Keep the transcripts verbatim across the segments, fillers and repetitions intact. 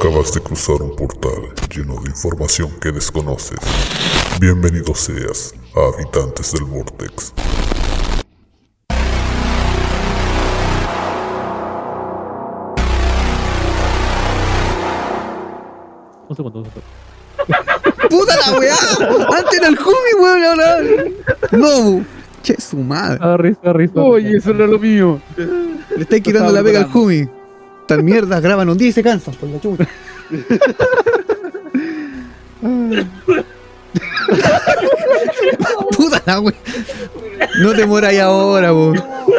Acabas de cruzar un portal lleno de información que desconoces. Bienvenido seas a Habitantes del Vortex. Un segundo, un segundo. ¡Puta la weá! Antes era el Jumi, weón, ahora. No, che, su madre. Ah, risa, risa. Oye, eso no es lo mío. Le estáis quitando la pega al Jumi. Estas mierdas graban un día y se cansan por la chuta. Puta la weá. No te moráis ahora, weón.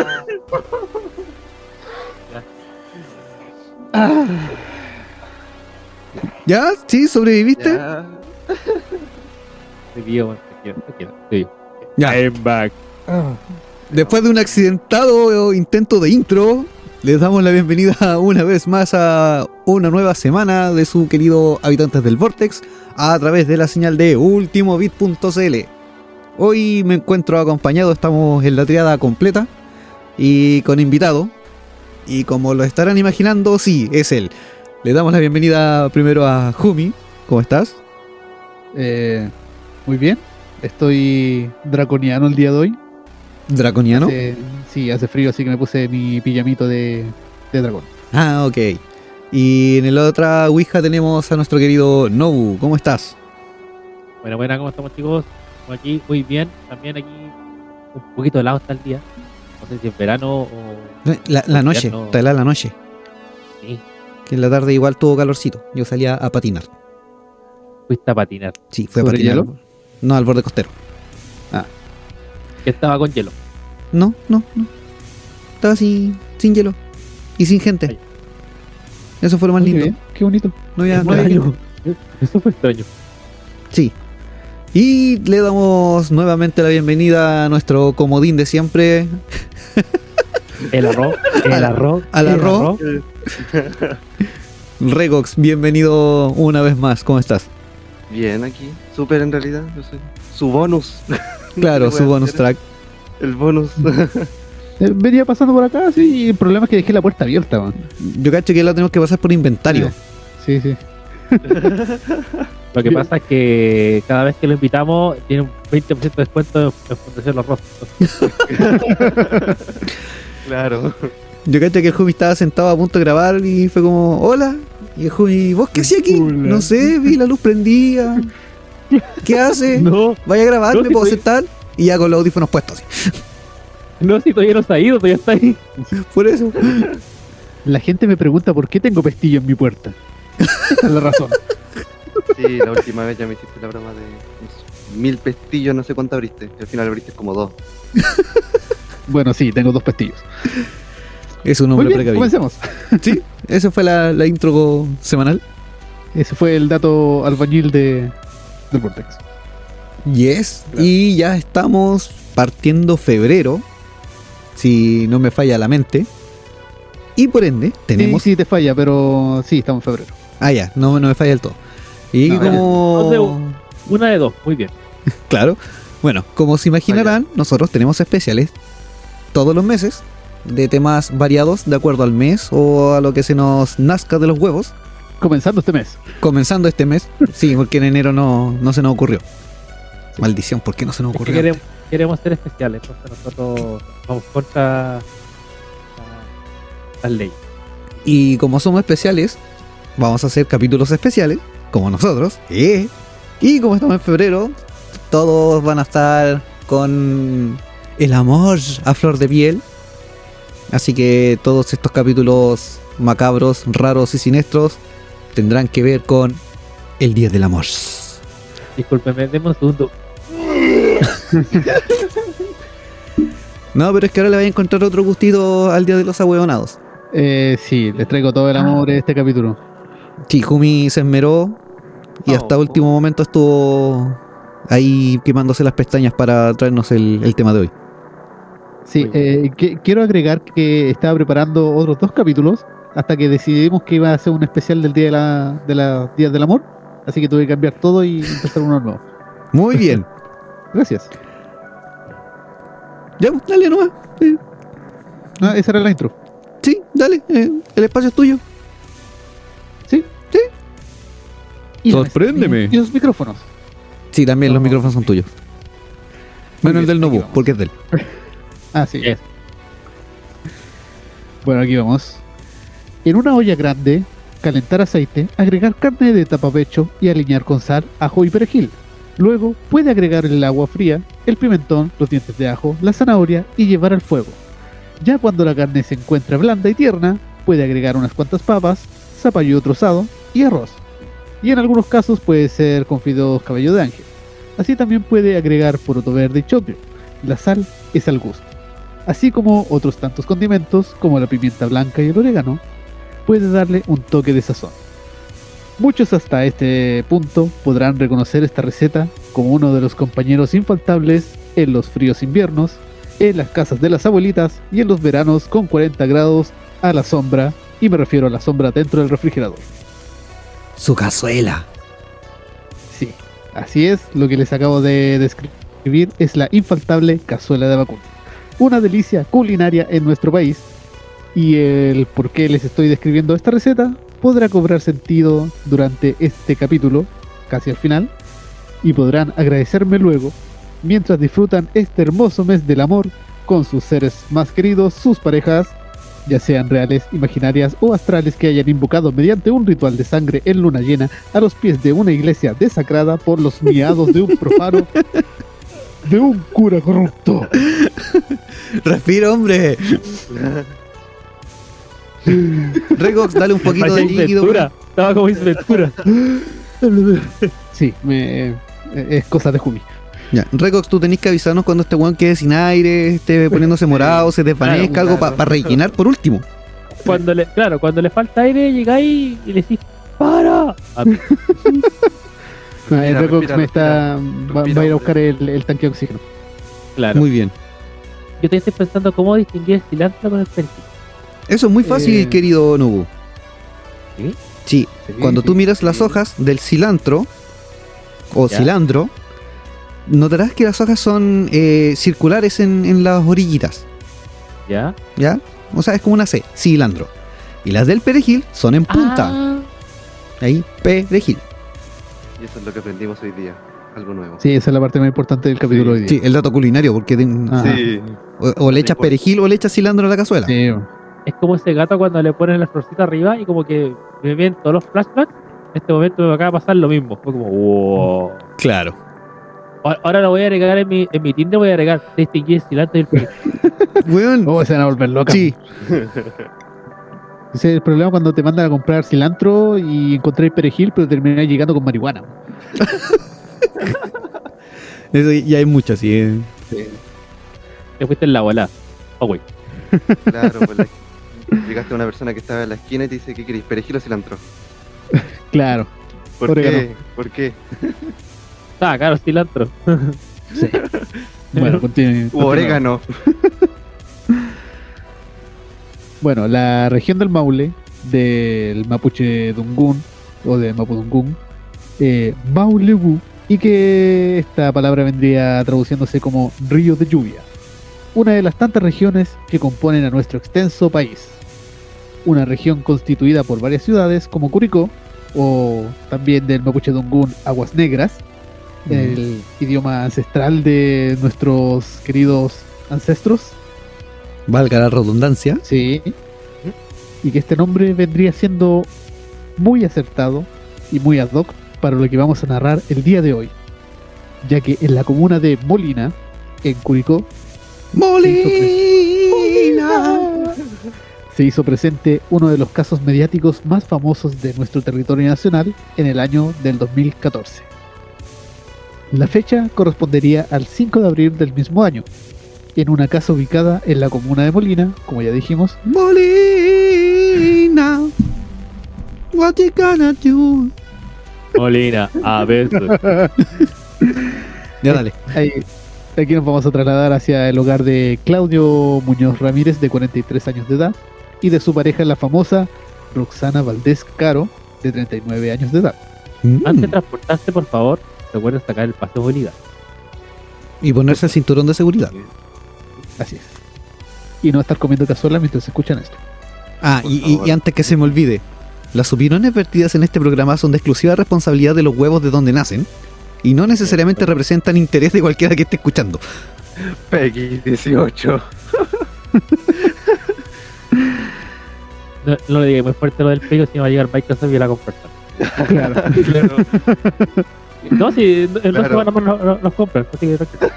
¿Ya? ¿Sí? ¿Sobreviviste? Ya. Estoy vivo, weón. Tranquilo, tranquilo. Estoy vivo. Ya. I'm back. Después de un accidentado intento de intro, les damos la bienvenida una vez más a una nueva semana de su querido Habitantes del Vortex a través de la señal de ultimobit punto c l. Hoy me encuentro acompañado, estamos en la triada completa y con invitado. Y como lo estarán imaginando, sí, es él. Le damos la bienvenida primero a Jumi. ¿Cómo estás? Eh, muy bien. Estoy draconiano el día de hoy. Draconiano. Eh, sí, hace frío, así que me puse mi pijamito de, de dragón. Ah, ok. Y en la otra Ouija tenemos a nuestro querido Nobu. ¿Cómo estás? Bueno, buena, ¿cómo estamos, chicos? Estamos aquí muy bien. También aquí un poquito helado está el día. No sé si es verano o... La, la noche, invierno. está helada la noche. Sí, Que en la tarde igual tuvo calorcito. Yo salía a patinar. fuiste a patinar. Sí, fue a ¿Sobre patinar. hielo? No, al borde costero. Que estaba con hielo. No, no, no. Estaba así, sin hielo. Y sin gente. Ay. Eso fue lo más Muy lindo. bien, qué bonito. No había Fue nadie que- extraño. Eso fue extraño. Sí. Y le damos nuevamente la bienvenida a nuestro comodín de siempre. El arroz, el Al- arroz, al el arroz. Regox, bienvenido una vez más. ¿Cómo estás? Bien, aquí, súper en realidad, yo sé. Su bonus, Claro, ¿Qué su voy a bonus hacer? track. el bonus. Eh, venía pasando por acá, sí, y el problema es que dejé la puerta abierta, man. Yo cacho que la tenemos que pasar por inventario. Sí, sí. Lo que pasa es que cada vez que lo invitamos tiene un veinte por ciento de descuento en Fundación Los Rostros. Claro. Yo cacho que el Jumi estaba sentado a punto de grabar y fue como, hola. Y el Jumi, ¿vos qué hacía aquí? Hola. No sé, vi la luz prendida. ¿Qué hace? No, ¿Vaya a grabar? No, ¿Me sí, puedo estoy- sentar? Y ya con los audífonos puestos así. no, si todavía no se ha ido, todavía está ahí. Por eso. La gente me pregunta por qué tengo pestillo en mi puerta. Esa es la razón. Sí, la última vez ya me hiciste la broma de mil pestillos, no sé cuánto abriste. Y al final abriste como dos. Bueno, sí, tengo dos pestillos. Es un Muy hombre bien, precavido. comencemos. Sí, esa fue la, la intro semanal. Ese fue el dato albañil de, del Vortex. Yes. Claro. Y ya estamos partiendo febrero. Si no me falla la mente. Y por ende, tenemos. Sí, sí, te falla, pero sí, estamos en febrero. Ah, ya, no, no me falla del todo. Y No, ya. como. Entonces, Una de dos, muy bien. Claro. Bueno, como se imaginarán, nosotros tenemos especiales todos los meses de temas variados de acuerdo al mes o a lo que se nos nazca de los huevos. Comenzando este mes. Comenzando este mes. Sí, porque en enero no, no se nos ocurrió. Maldición, ¿por qué no se nos Es que ocurrió? queremos, queremos ser especiales, entonces nosotros vamos contra la- las leyes. Y como somos especiales, vamos a hacer capítulos especiales, como nosotros. ¿eh? Y como estamos en febrero, todos van a estar con el amor a flor de piel. Así que todos estos capítulos macabros, raros y siniestros tendrán que ver con el Día del Amor. Discúlpeme, deme un segundo. No, pero es que ahora le voy a encontrar otro gustito al Día de los Ahueonados. Eh, sí, les traigo todo el amor en este capítulo. Sí, Jumi se esmeró y Oh, hasta oh. último momento estuvo ahí quemándose las pestañas para traernos el, el tema de hoy. Sí, Muy bien. eh, que- quiero agregar que estaba preparando otros dos capítulos hasta que decidimos que iba a hacer un especial del Día de la, de la Días del Amor. Así que tuve que cambiar todo y empezar uno nuevo. Muy bien. Gracias. Ya, pues, dale nomás. Eh, Ah, esa era la intro. sí, dale. eh, el espacio es tuyo. ¿Sí? Sí, Y la Sorpréndeme. mesa- Y los micrófonos. Sí, también los No, micrófonos son sí. tuyos. Muy Menos el bien, del aquí Nobu, vamos. porque es de él. Ah, sí. Yes. Bueno, aquí vamos. En una olla grande, calentar aceite, agregar carne de tapapecho y alinear con sal, ajo y perejil. Luego puede agregar el agua fría, el pimentón, los dientes de ajo, la zanahoria y llevar al fuego. Ya cuando la carne se encuentra blanda y tierna, puede agregar unas cuantas papas, zapallo trozado y arroz. Y en algunos casos puede ser con fideos cabello de ángel. Así también puede agregar poroto verde y choclo. La sal es al gusto. Así como otros tantos condimentos como la pimienta blanca y el orégano, puede darle un toque de sazón. Muchos hasta este punto podrán reconocer esta receta como uno de los compañeros infaltables en los fríos inviernos, en las casas de las abuelitas y en los veranos con cuarenta grados a la sombra, y me refiero a la sombra dentro del refrigerador. Su cazuela. Sí, así es, lo que les acabo de describir es la infaltable cazuela de vacuno. Una delicia culinaria en nuestro país, y el por qué les estoy describiendo esta receta podrá cobrar sentido durante este capítulo, casi al final, y podrán agradecerme luego mientras disfrutan este hermoso mes del amor con sus seres más queridos, sus parejas, ya sean reales, imaginarias o astrales, que hayan invocado mediante un ritual de sangre en luna llena a los pies de una iglesia desacrada por los miados de un profano, de un cura corrupto. Respira, hombre. Regox, dale un poquito de Parecía líquido. Ventura. Estaba como Ace Ventura. Sí, me, eh, es cosa de Jumi. Ya, Regox, tú tenés que avisarnos cuando este weón quede sin aire, esté poniéndose morado, se desvanezca, Claro, algo para claro. rellenar por último. Cuando le, claro, cuando le falta aire, llegáis y le decís, ¡para! Ah, Ah, el Respira, Regox respira, me está, respira. va, Respira, va a ir a hombre. buscar el, el tanque de oxígeno. claro. Muy bien. Yo te estoy pensando cómo distinguir el cilantro con el perejil. Eso es muy fácil, Eh. querido Nobu. ¿Sí? Sí, Sí, cuando sí, tú miras sí. las hojas del cilantro o Ya. cilantro, notarás que las hojas son eh, circulares en, en las orillitas, ¿Ya? ¿ya? O sea, es como una C, cilantro. Y las del perejil son en punta, Ah, ahí, perejil. Y eso es lo que aprendimos hoy día. Algo nuevo. Sí, esa es la parte más importante del capítulo de hoy Sí, día. el dato culinario, porque ten- Ah. Sí. o, o le echas perejil o le echas cilantro a la cazuela. Sí, es como ese gato cuando le ponen la florcita arriba y como que me ven todos los flashbacks. En este momento me acaba de pasar lo mismo. Fue como, wow. Claro. Ahora- Ahora lo voy a agregar en mi, en mi Tinder, voy a agregar distinguir el cilantro y el perejil. Weón, oh, se van a volver locas. sí, Ese es el problema cuando te mandan a comprar cilantro y encontrar perejil, pero terminas llegando con marihuana. eso ya hay mucho, sí. eh. Te fuiste en la bola. Oh, güey. Claro, pues la- llegaste a una persona que estaba en la esquina y te dice, ¿qué queréis? ¿Perejil o cilantro? Claro. ¿Por Orégano. qué? ¿Por qué? Ah, claro, cilantro. Sí. Bueno, continúe. U orégano. Bueno, la región del Maule, del Mapuche Dungun, o de Mapudungun, eh, Maulegu, y que esta palabra vendría traduciéndose como río de lluvia. Una de las tantas regiones que componen a nuestro extenso país. Una región constituida por varias ciudades como Curicó, o también del Mapuche Dungun, Aguas Negras, el idioma ancestral de nuestros queridos ancestros. Valga la redundancia. Sí. Y que este nombre vendría siendo muy acertado y muy ad hoc para lo que vamos a narrar el día de hoy. Ya que en la comuna de Molina, en Curicó, Molina. se hizo presente uno de los casos mediáticos más famosos de nuestro territorio nacional en el año del dos mil catorce. La fecha correspondería al cinco de abril del mismo año, en una casa ubicada en la comuna de Molina, como ya dijimos, Molina. What you gonna do? Molina, a veces. Ya dale. Ahí- aquí nos vamos a trasladar hacia el hogar de Claudio Muñoz Ramírez, de cuarenta y tres años de edad, y de su pareja, la famosa Roxana Valdés Caro, de treinta y nueve años de edad. Antes de Mm. transportarse, por favor, recuerden sacar el pase de movilidad. Y ponerse el cinturón de seguridad. Así es. Y no estar comiendo cazuela mientras escuchan esto. Ah, Por y, y- favor. y antes que se me olvide, Las opiniones vertidas en este programa son de exclusiva responsabilidad de los huevos de donde nacen y no necesariamente representan interés de cualquiera que esté escuchando. Peggy dieciocho. No, no le diga muy fuerte lo del pego, si no va a llegar Microsoft y la compra. Claro. Claro. No, si en dos Claro. semanas más nos, nos, nos compran. Así que tranquilo.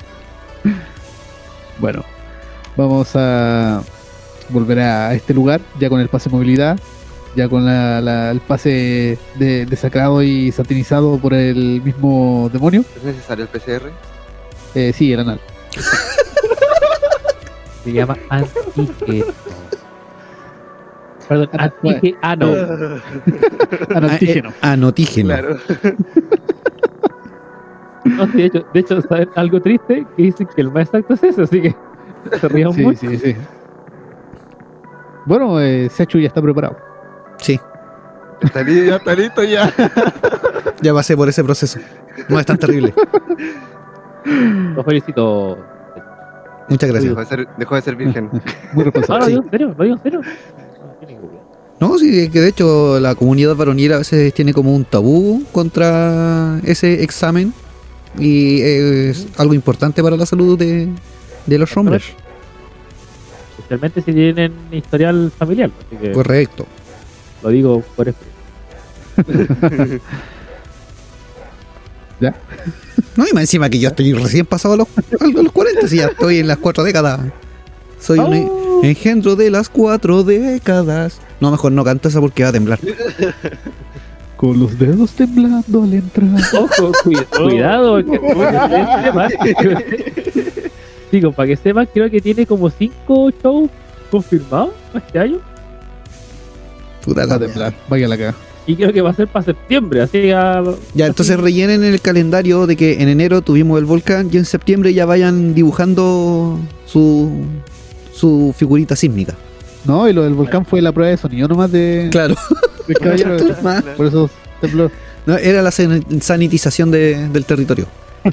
Bueno, vamos a volver a este lugar ya con el pase de movilidad, ya con la, la- el pase de, desacrado y satinizado por el mismo demonio. ¿Es necesario el P C R? Eh, sí, el anal. Se llama antígeno. Perdón, Ah, antígeno. Ah, no. Antígeno. Ah, eh, anotígeno. Claro. No, sí, de hecho, de hecho, ¿saben algo triste? Que dicen que el más exacto es eso, así que se rían Sí, mucho. sí, sí. Bueno, eh, Sechu ya está preparado. Sí, Está listo, ya está listo ya. ya pasé por ese proceso. No es tan terrible. Los felicito. Muchas gracias. Dejó de ser, dejó de ser virgen. Muy Ah, responsable. ¿lo Sí. digo en serio? ¿Lo digo en serio? No, tiene ningún problema. No, sí, es que de hecho la comunidad varonil a veces tiene como un tabú contra ese examen y es algo importante para la salud de, de los hombres. Especialmente si tienen historial familiar. Así que Correcto. lo digo por eso. ¿Ya? No, y más encima que yo estoy recién pasado a los, a los cuarenta, si ya estoy en las cuatro décadas. Soy un en- Oh. engendro de las cuatro décadas. No, mejor no canto esa porque va a temblar. Con los dedos temblando al entrar. Ojo, cuida- cuidado, que el tema. Digo, para que sepan, creo que tiene como cinco shows confirmados este año. Puta Va la a wea. temblar. Vaya la caga. Y creo que va a ser para septiembre, así a, Ya, entonces rellenen el calendario de que en enero tuvimos el volcán y en septiembre ya vayan dibujando su, su figurita sísmica. No, y lo del volcán fue la prueba de sonido nomás de, Claro. del caballero. Más. Por eso tembló. No, era la san- sanitización de- del territorio.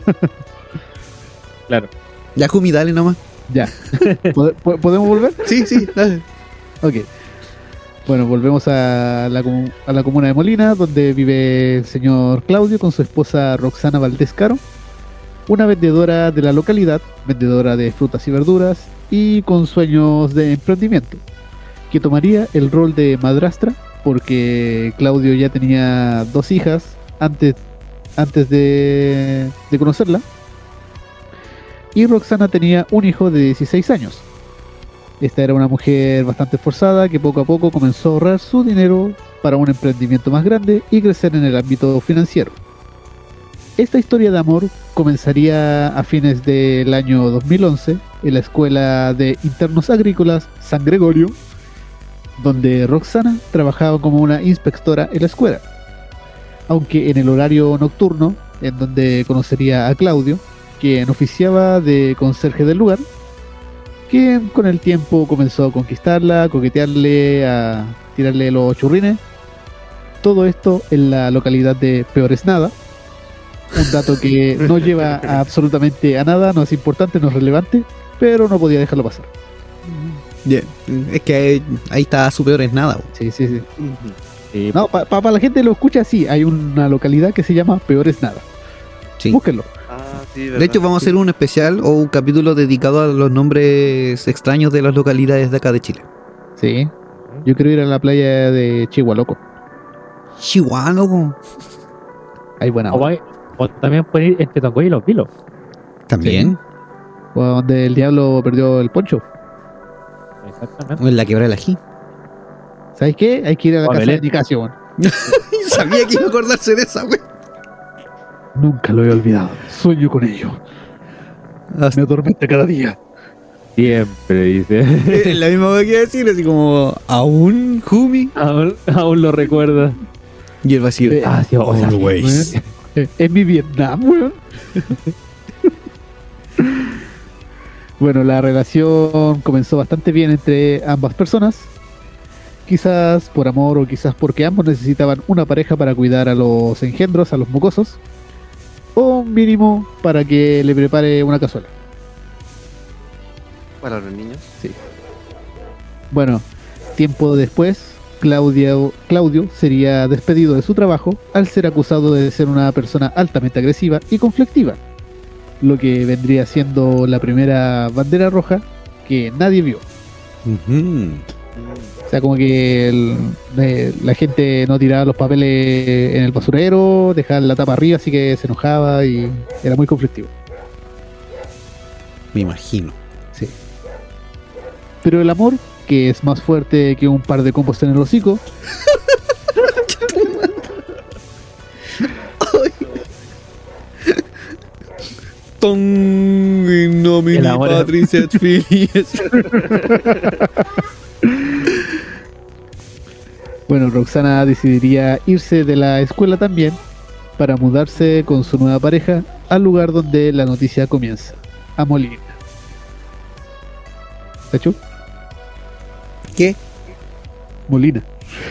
Claro. Ya, Jumi, dale nomás. Ya. ¿Pod- po- ¿Podemos volver? Sí, sí, dale. Ok. Bueno, volvemos a la, comu- a la comuna de Molina, donde vive el señor Claudio con su esposa Roxana Valdés Caro, una vendedora de la localidad, vendedora de frutas y verduras, y con sueños de emprendimiento, que tomaría el rol de madrastra, porque Claudio ya tenía dos hijas antes, antes de, de conocerla, y Roxana tenía un hijo de dieciséis años. Esta era una mujer bastante esforzada que poco a poco comenzó a ahorrar su dinero para un emprendimiento más grande y crecer en el ámbito financiero. Esta historia de amor comenzaría a fines del año dos mil once en la Escuela de Internos Agrícolas San Gregorio, donde Roxana trabajaba como una inspectora en la escuela. Aunque en el horario nocturno, en donde conocería a Claudio, quien oficiaba de conserje del lugar, quien con el tiempo comenzó a conquistarla, a coquetearle, a tirarle los churrines. Todo esto en la localidad de Peores Nada. Un dato que no lleva a absolutamente a nada, no es importante, no es relevante, pero no podía dejarlo pasar. Bien. Es que ahí, ahí está su peor es nada. bo. Sí, sí, sí. Sí, No, para pa, pa la gente que lo escucha, sí, hay una localidad que se llama Peores Nada. Sí. Búsquenlo. Ah, sí, De hecho, vamos a hacer un especial o un capítulo dedicado a los nombres extraños de las localidades de acá de Chile. Sí. Yo quiero ir a la playa de Chihuahua. Chihuahua, loco. Hay buena o, hora. va- o también pueden ir entre Tongoy y los Vilos. También. O donde el diablo perdió el poncho. Exactamente. O en la quebrada del ají. ¿Sabes qué? Hay que ir a la O a casa de Belén. Nicasio, weón. Sabía que iba a acordarse de esa, güey. Nunca lo he olvidado. Sueño con ello. Me atormenta cada día. Siempre dice. Eh, La misma cosa que iba a decir, así como, ¿aún, Jumi? aún, aún lo recuerda. Y él va a decir, Eh, Ah, sí, o sea, always. Eh, Es mi Vietnam, weón. Bueno, la relación comenzó bastante bien entre ambas personas. Quizás por amor o quizás porque ambos necesitaban una pareja para cuidar a los engendros, a los mocosos. O mínimo para que le prepare una cazuela. Para los niños. Bueno, tiempo después, Claudio, Claudio sería despedido de su trabajo al ser acusado de ser una persona altamente agresiva y conflictiva, lo que vendría siendo la primera bandera roja que nadie vio. Ujú. O sea, como que el- eh, la gente no tiraba los papeles en el basurero, dejaba la tapa arriba, así que se enojaba y era muy conflictivo. Me imagino. Sí. Pero el amor, que es más fuerte que un par de combos en el hocico, Ton in nomine El amor es- Patris et Filii. bueno, Roxana decidiría irse de la escuela también para mudarse con su nueva pareja al lugar donde la noticia comienza, a Molina. ¿Cacho? ¿Qué? Molina.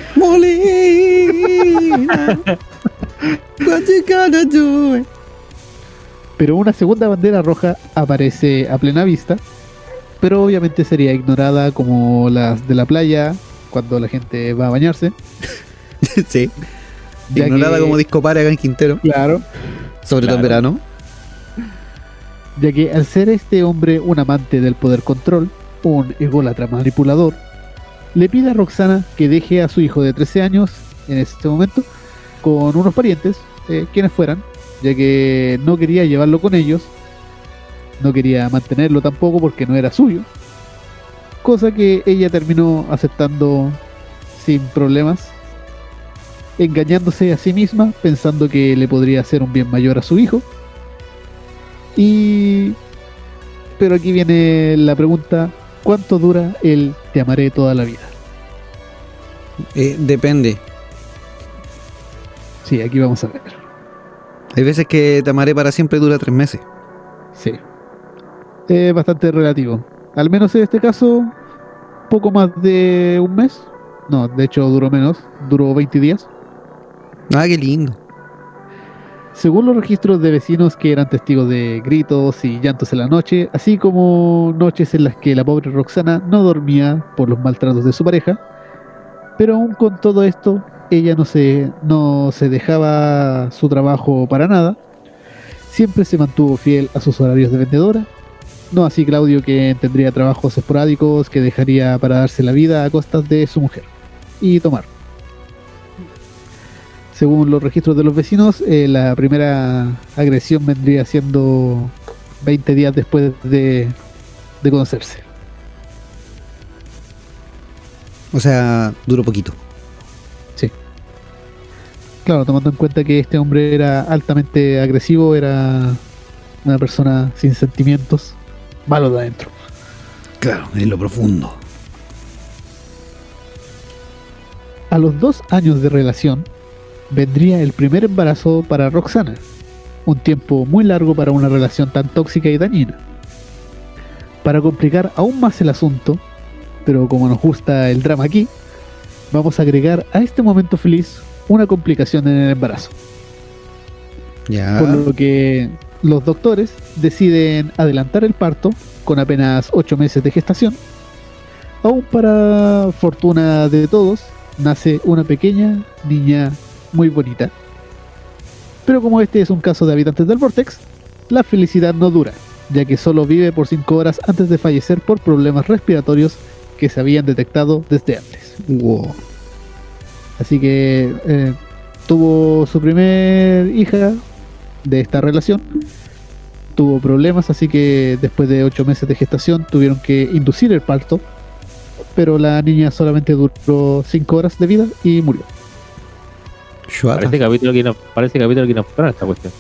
Molina. What you gonna do? Pero una segunda bandera roja aparece a plena vista, pero obviamente sería ignorada como las de la playa cuando la gente va a bañarse. Sí. Ya Ignorada que- como disco pare acá en Quintero. Claro. Sobre todo en Claro. verano. Ya que al ser este hombre un amante del poder control, un ególatra manipulador, le pide a Roxana que deje a su hijo de trece años en este momento con unos parientes, eh, quienes fueran, ya que no quería llevarlo con ellos, no quería mantenerlo tampoco porque no era suyo, cosa que ella terminó aceptando sin problemas, engañándose a sí misma pensando que le podría hacer un bien mayor a su hijo. Y pero aquí viene la pregunta: ¿cuánto dura el te amaré toda la vida? Eh, depende. Sí, aquí vamos a ver. Hay veces que te amaré para siempre dura tres meses. Sí. Es bastante relativo. Al menos en este caso, poco más de un mes. No, de hecho duró menos. Duró veinte días. Ah, qué lindo. Según los registros de vecinos que eran testigos de gritos y llantos en la noche, así como noches en las que la pobre Roxana no dormía por los maltratos de su pareja, pero aún con todo esto, ella no se, no se dejaba su trabajo para nada, siempre se mantuvo fiel a sus horarios de vendedora, no así Claudio, que tendría trabajos esporádicos que dejaría para darse la vida a costas de su mujer y tomar. Según los registros de los vecinos, eh, la primera agresión vendría siendo veinte días después de, de conocerse. O sea, duró poquito. Claro, tomando en cuenta que este hombre era altamente agresivo, era una persona sin sentimientos, malo de adentro. Claro, en lo profundo. A los dos años de relación, vendría el primer embarazo para Roxana, un tiempo muy largo para una relación tan tóxica y dañina. Para complicar aún más el asunto, pero como nos gusta el drama aquí, vamos a agregar a este momento feliz una complicación en el embarazo. Ya. Por lo que los doctores deciden adelantar el parto con apenas ocho meses de gestación. Aún para fortuna de todos, nace una pequeña niña muy bonita. Pero como este es un caso de habitantes del Vortex, la felicidad no dura, ya que solo vive por cinco horas antes de fallecer por problemas respiratorios que se habían detectado desde antes. Wow. Así que eh, tuvo su primer hija de esta relación, tuvo problemas, así que después de ocho meses de gestación tuvieron que inducir el parto, pero la niña solamente duró cinco horas de vida y murió. Chuata. Parece capítulo que nos, parece capítulo que nos mostraron esta cuestión.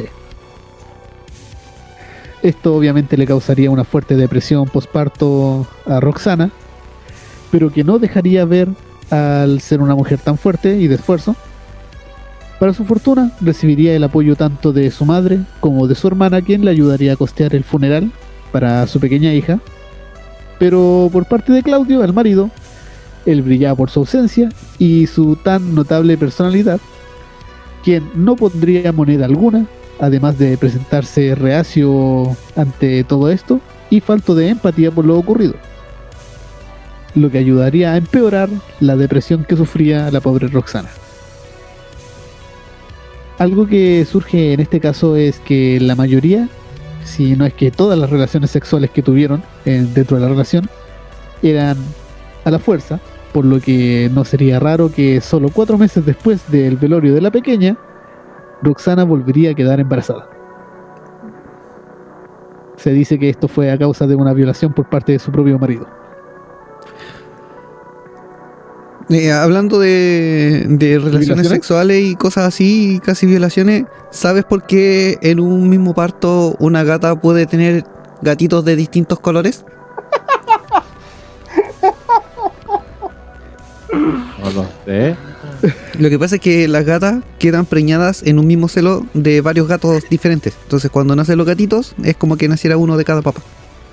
Esto obviamente le causaría una fuerte depresión postparto a Roxana, pero que no dejaría ver al ser una mujer tan fuerte y de esfuerzo. Para su fortuna, recibiría el apoyo tanto de su madre como de su hermana, quien le ayudaría a costear el funeral para su pequeña hija. Pero por parte de Claudio, el marido, él brillaba por su ausencia y su tan notable personalidad, quien no pondría moneda alguna, además de presentarse reacio ante todo esto y falto de empatía por lo ocurrido. lo que ayudaría a empeorar la depresión que sufría la pobre Roxana. Algo que surge en este caso es que la mayoría, si no es que todas las relaciones sexuales que tuvieron en, dentro de la relación, eran a la fuerza, por lo que no sería raro que solo cuatro meses después del velorio de la pequeña, Roxana volvería a quedar embarazada. Se dice que esto fue a causa de una violación por parte de su propio marido. Eh, hablando de, de relaciones ¿Violaciones? sexuales y cosas así, casi violaciones, ¿sabes por qué en un mismo parto una gata puede tener gatitos de distintos colores? No lo sé. Lo que pasa es que las gatas quedan preñadas en un mismo celo de varios gatos diferentes. Entonces cuando nacen los gatitos es como que naciera uno de cada papa.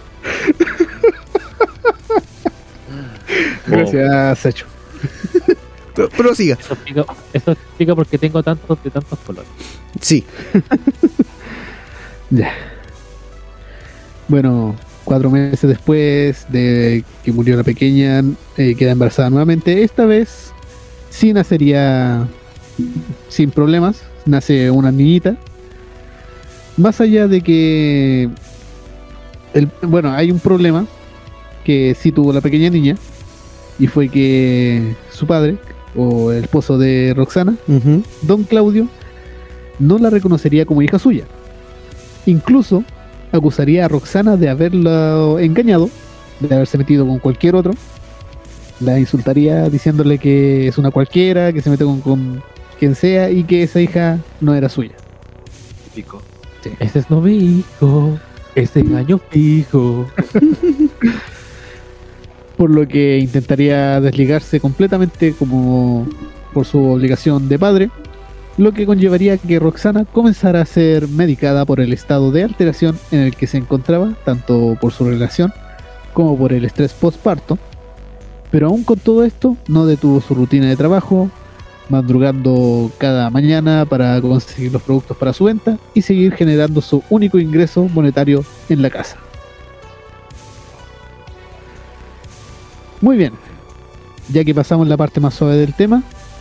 Gracias, Sacho. Pero, pero siga. Eso explica, eso explica por qué tengo tantos de tantos colores. Sí. Ya. Bueno, cuatro meses después de que murió la pequeña, eh, queda embarazada nuevamente. Esta vez sí nacería sin problemas. Nace una niñita. Más allá de que... El, bueno, hay un problema que sí tuvo la pequeña niña. Y fue que su padre, o el esposo de Roxana, Ujú. don Claudio, no la reconocería como hija suya. Incluso acusaría a Roxana de haberla engañado, de haberse metido con cualquier otro. La insultaría diciéndole que es una cualquiera, que se mete con, con quien sea y que esa hija no era suya. Pico. Ese es no mi hijo. Ese engaño fijo. Por lo que intentaría desligarse completamente como por su obligación de padre, lo que conllevaría que Roxana comenzara a ser medicada por el estado de alteración en el que se encontraba, tanto por su relación como por el estrés postparto. Pero aún con todo esto, no detuvo su rutina de trabajo, madrugando cada mañana para conseguir los productos para su venta y seguir generando su único ingreso monetario en la casa. Muy bien, ya que pasamos la parte más suave del tema,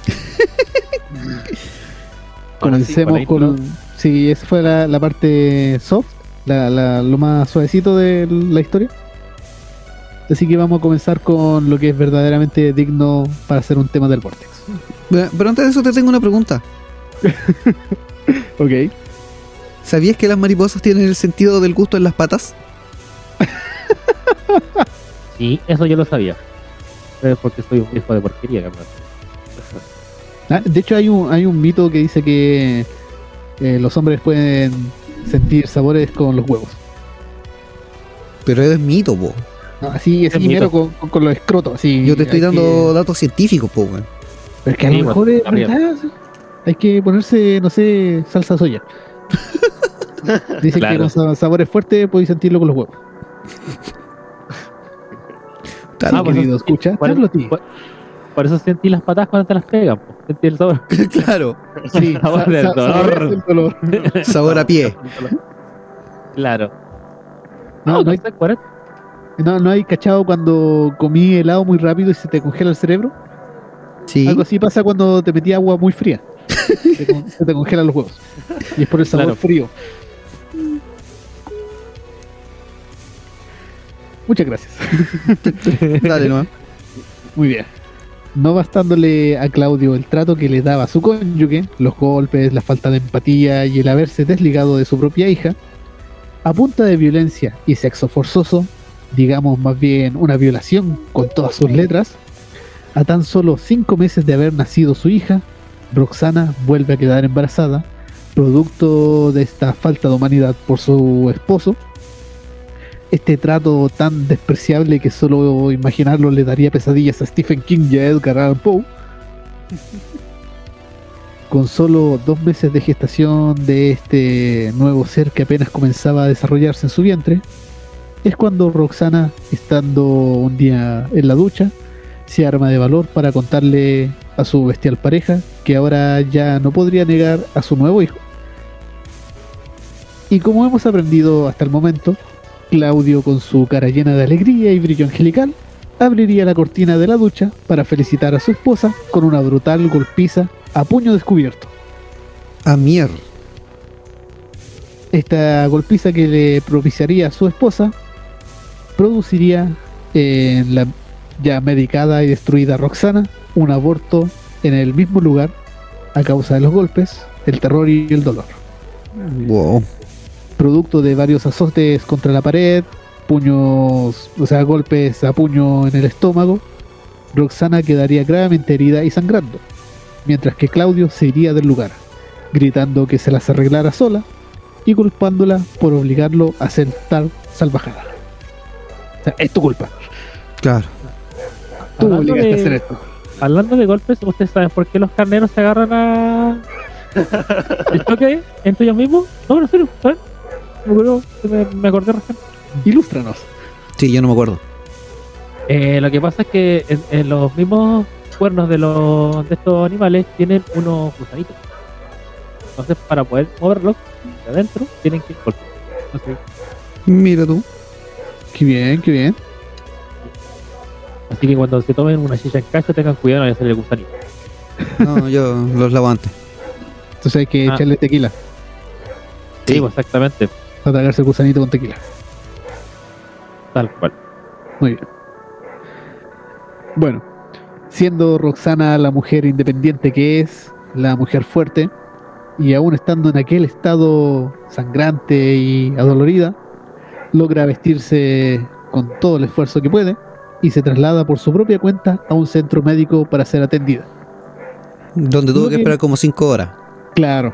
comencemos sí, con... Sí, esa fue la, la parte soft, la, la- lo más suavecito de la historia. Así que vamos a comenzar con lo que es verdaderamente digno para hacer un tema del Vortex. Pero pero antes de eso te tengo una pregunta. Ok. ¿Sabías que las mariposas tienen el sentido del gusto en las patas? Sí, eso yo lo sabía. Es porque soy un hijo de porquería, cabrón. Ah, de hecho hay un, hay un mito que dice que eh, los hombres pueden sentir sabores con los huevos. Pero es mito, po. No, así, así Es mito. mero con, con- con los escrotos. Así, Yo te estoy hay dando que- datos científicos, po, weón. Pero es que a Sí, lo mejor bueno, es arriba. verdad. Hay que ponerse, no sé, salsa soya. Dicen Claro. que con sa- sabores fuertes podéis sentirlo con los huevos. Tal, Sí, Ah, pues querido, eso- escucha. por, te hablo a ti. por- por eso sentí las patas cuando te las pegan. Po. Sentí el sabor. claro. Sí, sabor sa- del sa- dolor. sabores del dolor. Sabor a pie. Claro. No, No, no hay- sé, cuarenta. No, no hay cachado cuando comí helado muy rápido y se te congela el cerebro. Sí. Algo así pasa cuando te metí agua muy fría. Se, con- se te congelan los huevos. Y es por el sabor Claro. frío. Muchas gracias. Dale, no. Muy bien. No bastándole a Claudio el trato que le daba a su cónyuge, los golpes, la falta de empatía y el haberse desligado de su propia hija, a punta de violencia y sexo forzoso, digamos más bien una violación con todas sus letras, a tan solo cinco meses de haber nacido su hija, Roxana vuelve a quedar embarazada, producto de esta falta de humanidad por su esposo. Este trato tan despreciable que solo imaginarlo le daría pesadillas a Stephen King y a Edgar Allan Poe. Con solo dos meses de gestación de este nuevo ser que apenas comenzaba a desarrollarse en su vientre, es cuando Roxana, estando un día en la ducha, se arma de valor para contarle a su bestial pareja que ahora ya no podría negar a su nuevo hijo. Y como hemos aprendido hasta el momento, Claudio, con su cara llena de alegría y brillo angelical, abriría la cortina de la ducha para felicitar a su esposa con una brutal golpiza a puño descubierto. A mierda. Esta golpiza que le propiciaría a su esposa produciría en la ya medicada y destruida Roxana un aborto en el mismo lugar a causa de los golpes, el terror y el dolor. Wow. Producto de varios azotes contra la pared, puños, o sea, golpes a puño en el estómago, Roxana quedaría gravemente herida y sangrando, mientras que Claudio se iría del lugar, gritando que se las arreglara sola y culpándola por obligarlo a hacer tal salvajada. O sea, es tu culpa. Claro. Tú Hablando obligaste de- a hacer esto. Hablando de golpes, ¿ustedes saben por qué los carneros se agarran a. ¿El toque entre ellos mismos? No, en serio, ¿sabes? Me, acuerdo, me, me acordé recién. Ilústranos. Sí, yo no me acuerdo. Eh, lo que pasa es que en, en los mismos cuernos de los de estos animales tienen unos gusanitos. Entonces, para poder moverlos de adentro, tienen que golpear. Entonces, Mira tú. Qué bien, qué bien. así que cuando se tomen una chicha en cacho, tengan cuidado de no hacer el gusanito. No, yo los lavo antes. Entonces hay que Ah. echarle tequila Sí, Sí. pues, exactamente, para tragarse el gusanito con tequila. tal cual. Muy bien. Bueno, siendo Roxana la mujer independiente que es, la mujer fuerte, y aún estando en aquel estado sangrante y adolorida, logra vestirse con todo el esfuerzo que puede y se traslada por su propia cuenta a un centro médico para ser atendida. Donde tuvo Lo que que- esperar como cinco horas. Claro.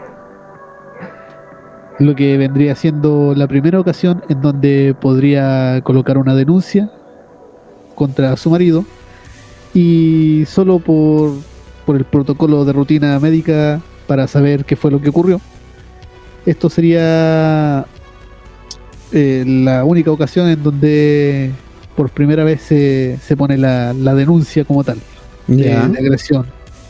Lo que vendría siendo la primera ocasión en donde podría colocar una denuncia contra su marido y solo por, por el protocolo de rutina médica para saber qué fue lo que ocurrió. Esto sería eh, la única ocasión en donde por primera vez se, se pone la, la denuncia como tal de, Ya. de agresión.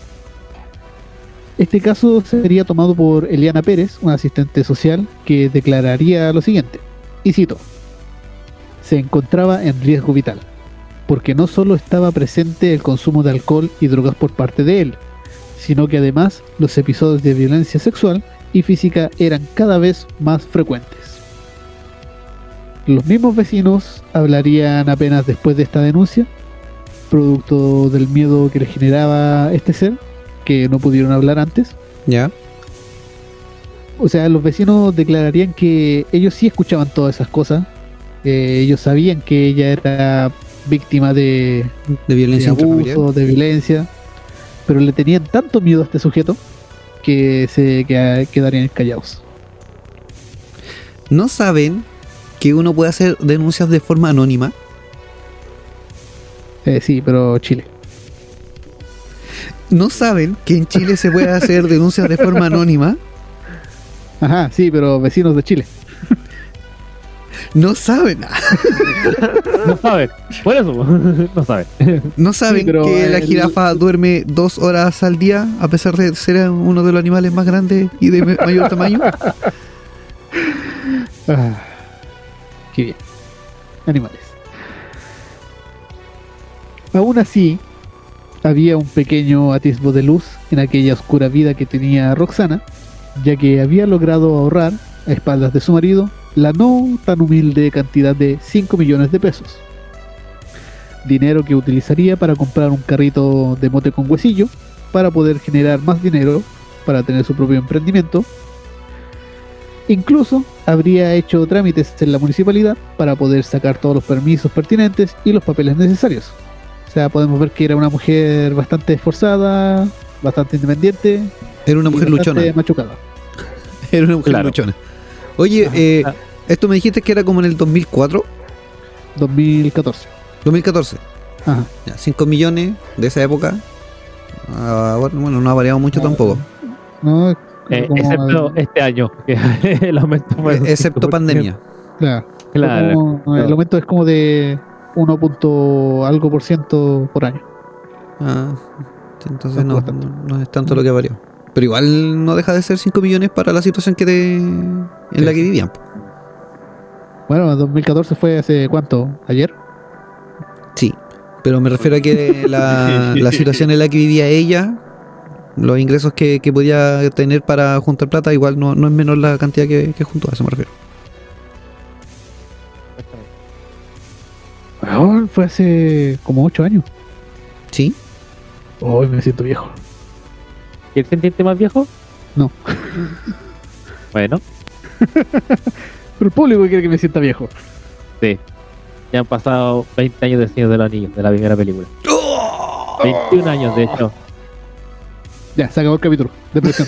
Este caso sería tomado por Eliana Pérez, una asistente social, que declararía lo siguiente, y cito: se encontraba en riesgo vital, porque no solo estaba presente el consumo de alcohol y drogas por parte de él, sino que además los episodios de violencia sexual y física eran cada vez más frecuentes. Los mismos vecinos hablarían apenas después de esta denuncia, producto del miedo que le generaba este ser, que no pudieron hablar antes. Ya. O sea, los vecinos declararían que ellos sí escuchaban todas esas cosas. Eh, ellos sabían que ella era víctima de, De de violencia intrafamiliar. abuso, de violencia, pero le tenían tanto miedo a este sujeto que se que- quedarían callados. ¿No saben que uno puede hacer denuncias de forma anónima? Eh, sí, pero Chile. ¿No saben que en Chile se puede hacer denuncias de forma anónima? Ajá, sí, pero vecinos de Chile. No saben. No saben, por eso, no saben. No saben Sí, pero que la el- jirafa duerme dos horas al día a pesar de ser uno de los animales más grandes y de me- mayor tamaño. Ah, qué bien. Animales. Aún así, había un pequeño atisbo de luz en aquella oscura vida que tenía Roxana, ya que había logrado ahorrar, a espaldas de su marido, la no tan humilde cantidad de cinco millones de pesos. Dinero que utilizaría para comprar un carrito de mote con huesillo, para poder generar más dinero, para tener su propio emprendimiento. Incluso habría hecho trámites en la municipalidad para poder sacar todos los permisos pertinentes y los papeles necesarios. O sea, podemos ver que era una mujer bastante esforzada, bastante independiente. Era una y mujer bastante luchona. machucada. Era una mujer Claro. luchona. Oye, Ajá. eh, esto me dijiste que era como en el dos mil cuatro, dos mil catorce. dos mil catorce. Ajá. Ya, cinco millones de esa época. Ah, bueno, bueno, no ha variado mucho tampoco. No, Eh, como- excepto este año, que el aumento fue. Eh, Excepto pandemia. Claro. Claro. Como- el aumento es como de uno punto algo por ciento por año. Ah, sí, entonces no, Bastante. no, no es tanto lo que varió. Pero igual no deja de ser cinco millones para la situación que te, en Sí, la que sí. vivían. Bueno, dos mil catorce fue hace cuánto, ayer. Sí. Pero me refiero a que la, la situación en la que vivía ella, los ingresos que, que podía tener para juntar plata, igual no, no es menor la cantidad que, que juntó, a eso me refiero. Weón, fue hace como ocho años. ¿Sí? Hoy me siento viejo. ¿Quieres sentirte más viejo? No. Bueno, Pero el público quiere que me sienta viejo. sí. Ya han pasado veinte años de Señor de los Anillos, de la primera película. veintiún años, de hecho. Ya, se acabó el capítulo. Depresión.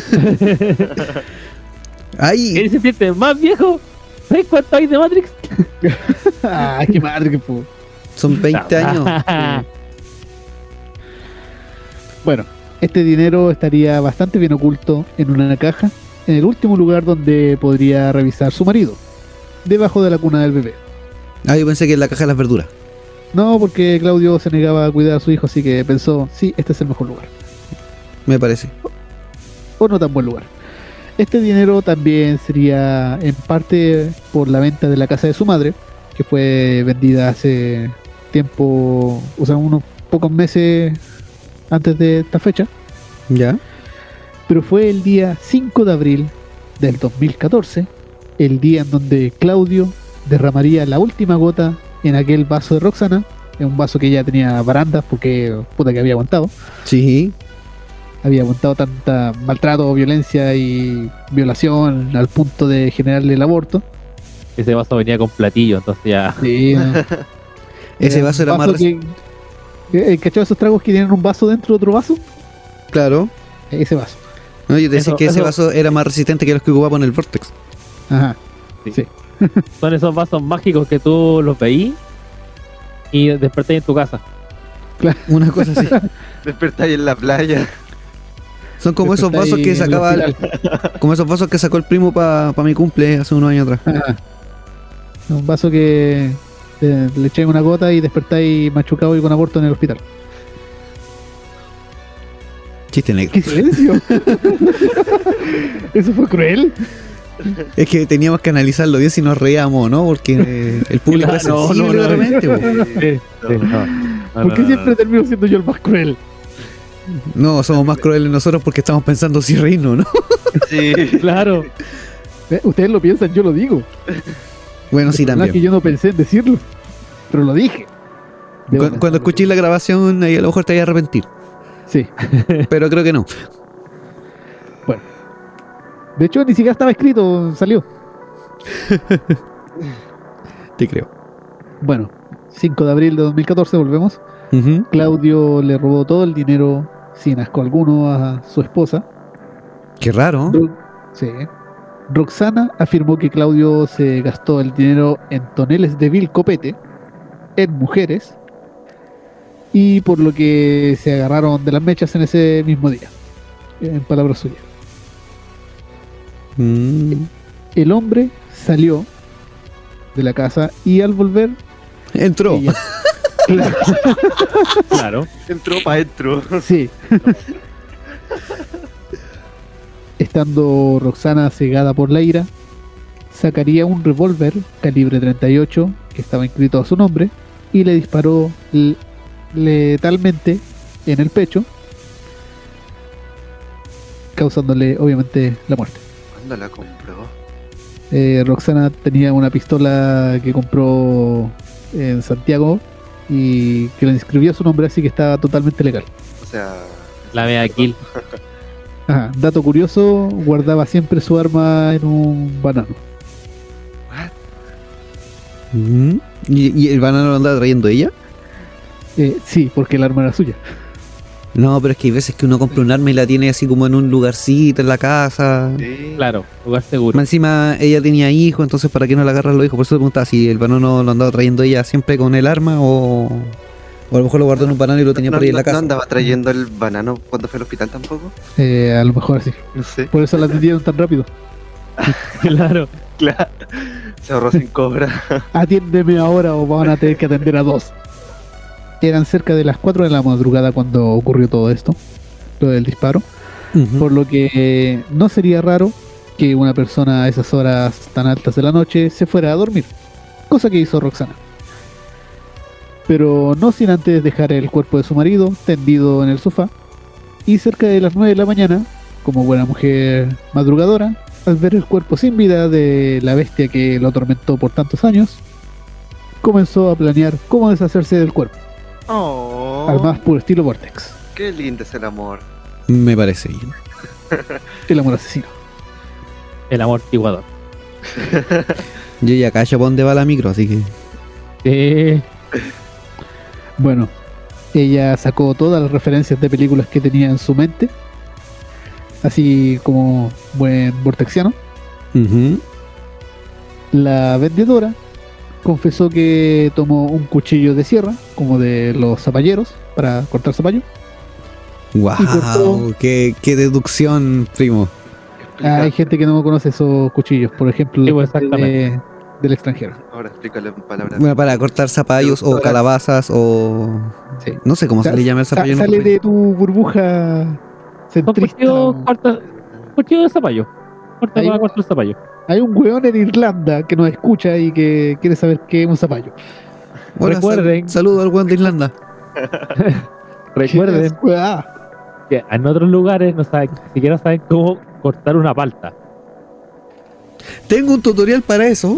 ¡Ay! ¿Quieres sentirte más viejo? ¿Sabes cuánto hay de Matrix? Ay, qué madre que fue. Son veinte años. Bueno, este dinero estaría bastante bien oculto en una caja, en el último lugar donde podría revisar su marido, debajo de la cuna del bebé. Ah, yo pensé que en la caja de las verduras. No, porque Claudio se negaba a cuidar a su hijo, así que pensó, sí, este es el mejor lugar. Me parece. O no tan buen lugar. Este dinero también sería en parte por la venta de la casa de su madre, que fue vendida hace tiempo, o sea, unos pocos meses antes de esta fecha. ¿Ya? Pero fue el día cinco de abril del dos mil catorce, el día en donde Claudio derramaría la última gota en aquel vaso de Roxana, en un vaso que ya tenía barandas porque puta que había aguantado. Sí. Había aguantado tanta maltrato, violencia y violación al punto de generarle el aborto. Ese vaso venía con platillo, entonces ya. Sí, no. Ese Era vaso un era más... res- que, eh, ¿cachai esos tragos que tienen un vaso dentro de otro vaso? Claro. Ese vaso. No, yo te decía Eso- que ese eso- vaso era más resistente que los que ocupaba en el Vortex. Ajá. Sí. Sí. Son esos vasos mágicos que tú los veís y despertáis en tu casa. Una cosa así. Despertáis en la playa. Son como esos vasos que sacaba... el- como esos vasos que sacó el primo para mi cumple hace unos años atrás. Ajá. Un vaso que eh, le echáis una gota y despertáis machucado y con aborto en el hospital. Chiste negro. ¿Qué silencio? Eso fue cruel. Es que teníamos que analizarlo bien si nos reíamos, ¿no? Porque eh, el público es No, no, sensible no, de repente, po. Sí, sí, no. No, ¿Por qué no, no, siempre no. termino siendo yo el más cruel? No, somos más crueles nosotros porque estamos pensando si reírnos, ¿no? Sí. Claro. Eh, Ustedes lo piensan, yo lo digo. Bueno, sí, La verdad es que también. yo no pensé en decirlo, pero lo dije. Cu- Debo Cuando, pensarlo. escuché la grabación, ahí a lo mejor te voy a arrepentir. Sí. Pero creo que no. De hecho, ni siquiera estaba escrito, salió. Te creo. Bueno, cinco de abril de dos mil catorce, volvemos. Ujú. Claudio le robó todo el dinero sin asco alguno a su esposa. Qué raro. Ro- sí. Roxana afirmó que Claudio se gastó el dinero en toneles de vil copete, en mujeres, y por lo que se agarraron de las mechas en ese mismo día, en palabras suyas. Mm. El hombre salió de la casa y al volver... Entró. ella- Claro, Claro. Entró para adentro. sí. Estando Roxana cegada por la ira, sacaría un revólver calibre treinta y ocho que estaba inscrito a su nombre y le disparó l- letalmente en el pecho, causándole obviamente la muerte. ¿Cuándo la compró? Eh, Roxana tenía una pistola que compró en Santiago y que le inscribió a su nombre, así que estaba totalmente legal. O sea. La mea kill. Ajá, dato curioso, guardaba siempre su arma en un banano. Mm. ¿Y, y el banano lo andaba trayendo ella? Eh, sí, porque el arma era suya. No, pero es que hay veces que uno compra un arma y la tiene así como en un lugarcito en la casa. Sí. Claro, lugar seguro. Más encima ella tenía hijos, entonces ¿para qué no la agarran los hijos? Por eso te preguntaba si el banano lo andaba trayendo ella siempre con el arma o, o a lo mejor lo guardó en un banano y lo tenía no, por ahí en no- la no casa. andaba trayendo el banano cuando fue al hospital tampoco. Eh, a lo mejor sí. No sé. Por eso la atendieron tan rápido. Claro. Claro. Se ahorró sin cobra. Atiéndeme ahora o van a tener que atender a dos. Eran cerca de las cuatro de la madrugada cuando ocurrió todo esto, lo del disparo. Ujú. Por lo que eh, no sería raro que una persona a esas horas tan altas de la noche se fuera a dormir. Cosa que hizo Roxana. pero no sin antes dejar el cuerpo de su marido tendido en el sofá. Y cerca de las nueve de la mañana, como buena mujer madrugadora, al ver el cuerpo sin vida de la bestia que lo atormentó por tantos años, comenzó a planear cómo deshacerse del cuerpo, Oh, al más puro estilo Vortex, qué lindo es el amor. Me parece bien. el amor asesino. El amortiguador. Yo ya callo para dónde va la micro, así que. Sí. Bueno, ella sacó todas las referencias de películas que tenía en su mente, así como buen vortexiano. Ujú. La vendedora confesó que tomó un cuchillo de sierra, como de los zapalleros, para cortar zapallo. Wow, Y cortó- qué, qué deducción, primo. Explica, Hay gente que no conoce esos cuchillos, por ejemplo, Sí, pues, gente exactamente. de- del extranjero. Ahora explícale en palabras. Bueno, para cortar zapallos o Deductora. calabazas o. Sí. No sé cómo Sa- se le llama el sa- zapallo. en sale otro de país. tu burbuja Son centrista. cuchillos corta, cuchillo de zapallo. Corta Ahí para va. cortar el zapallo. Hay un weón en Irlanda que nos escucha y que quiere saber qué es un zapallo. Hola, Recuerden- sal- saludo al Juan de Irlanda. Recuerden ¿Qué es, weá? que en otros lugares no saben, ni siquiera saben cómo cortar una palta. Tengo un tutorial para eso.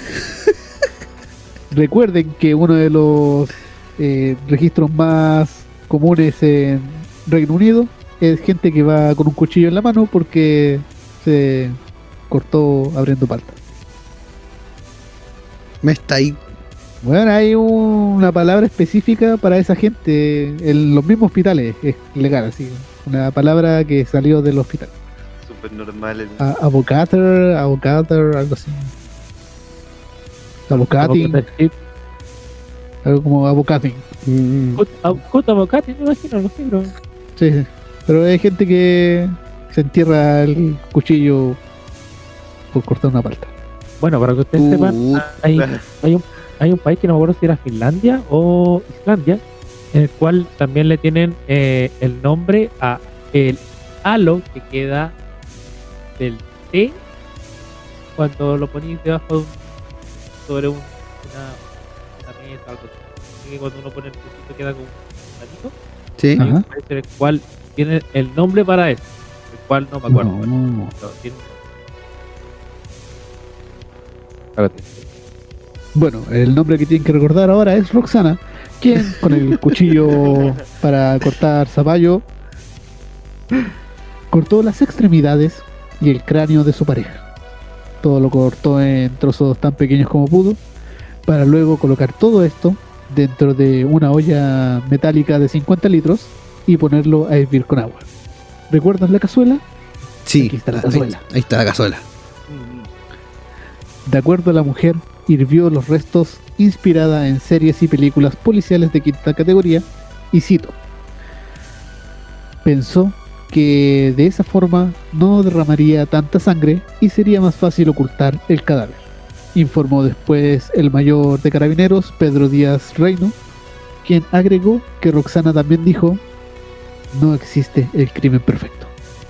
Recuerden que uno de los eh, registros más comunes en Reino Unido es gente que va con un cuchillo en la mano porque se cortó abriendo palta. Me está ahí. Bueno, hay un- una palabra específica para esa gente en los mismos hospitales, es legal, así. Una palabra que salió del hospital. Súper normal. El... A- Avocator, avocator, algo así. Avocating, algo como avocating. Mm, Cut avocati, me imagino, no sé, pero Sí, sí. Pero hay gente que se entierra el cuchillo por cortar una palta. bueno, para que ustedes Uh. sepan, hay, hay, un, hay un país que no me acuerdo si era Finlandia o Islandia, en el cual también le tienen eh, el nombre a el halo que queda del té cuando lo ponéis debajo de un, sobre un, una, una mesa o algo así. Así que cuando uno pone el tecito queda como un platito. sí. Hay Ajá. un país en el cual tiene el nombre para eso, el cual no me acuerdo. No. pero tiene- Espérate. Bueno, el nombre que tienen que recordar ahora es Roxana, quien con el cuchillo para cortar zapallo cortó las extremidades y el cráneo de su pareja. Todo lo cortó en trozos tan pequeños como pudo, para luego colocar todo esto dentro de una olla metálica de cincuenta litros y ponerlo a hervir con agua. ¿Recuerdas la cazuela? Sí. Aquí está la Ahí- cazuela. Ahí está la cazuela. De acuerdo a la mujer, hirvió los restos inspirada en series y películas policiales de quinta categoría, y cito: pensó que de esa forma no derramaría tanta sangre y sería más fácil ocultar el cadáver, informó después el mayor de carabineros, Pedro Díaz Reino, quien agregó que Roxana también dijo: no existe el crimen perfecto.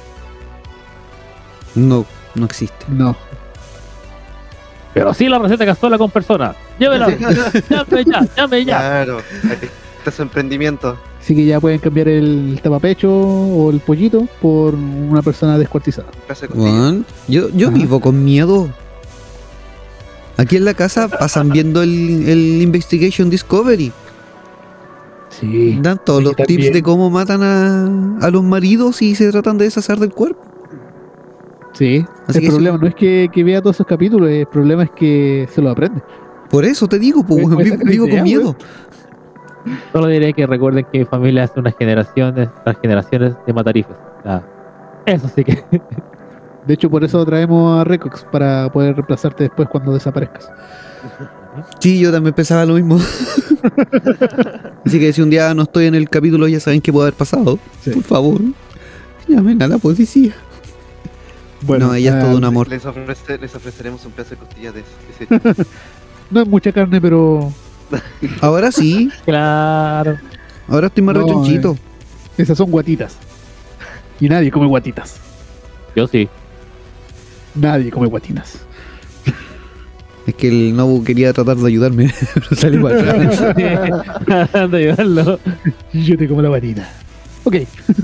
No, no existe. No. Pero sí la receta cazuela con personas. Llévela. Llame ya, llame ya. Claro, ahí está su emprendimiento. Así que ya pueden cambiar el tapapecho o el pollito por una persona descuartizada. Casa de costilla. Juan, yo, yo Ajá. vivo con miedo. Aquí en la casa pasan viendo el, el Investigation Discovery. Sí. Dan todos Aquí los tips también. de cómo matan a, a los maridos y se tratan de deshacer del cuerpo. Sí. Así el que problema sí. no es que, que vea todos esos capítulos, el problema es que se lo aprende. Por eso te digo, pues, Me- weón, me vivo, saca vivo idea, con miedo. Solo diré que recuerden que mi familia hace unas generaciones, tras generaciones de matarifes. O sea, eso sí que. De hecho, por eso traemos a Recox, para poder reemplazarte después cuando desaparezcas. Sí, yo también pensaba lo mismo. Así que si un día no estoy en el capítulo, ya saben qué puede haber pasado. Sí. Por favor, llamen a la policía. no, ella es ah, todo un amor. Les, ofrece- les ofreceremos un pedazo de costilla de ese de ese- No es mucha carne, pero Ahora sí, Claro. ahora estoy más No, rechonchito. esas son guatitas. Y nadie come guatitas. Yo sí. Nadie come guatitas. Es que el Nobu quería tratar de ayudarme, pero salí para atrás. Tratando de ayudarlo. Yo te como la varita. Ok.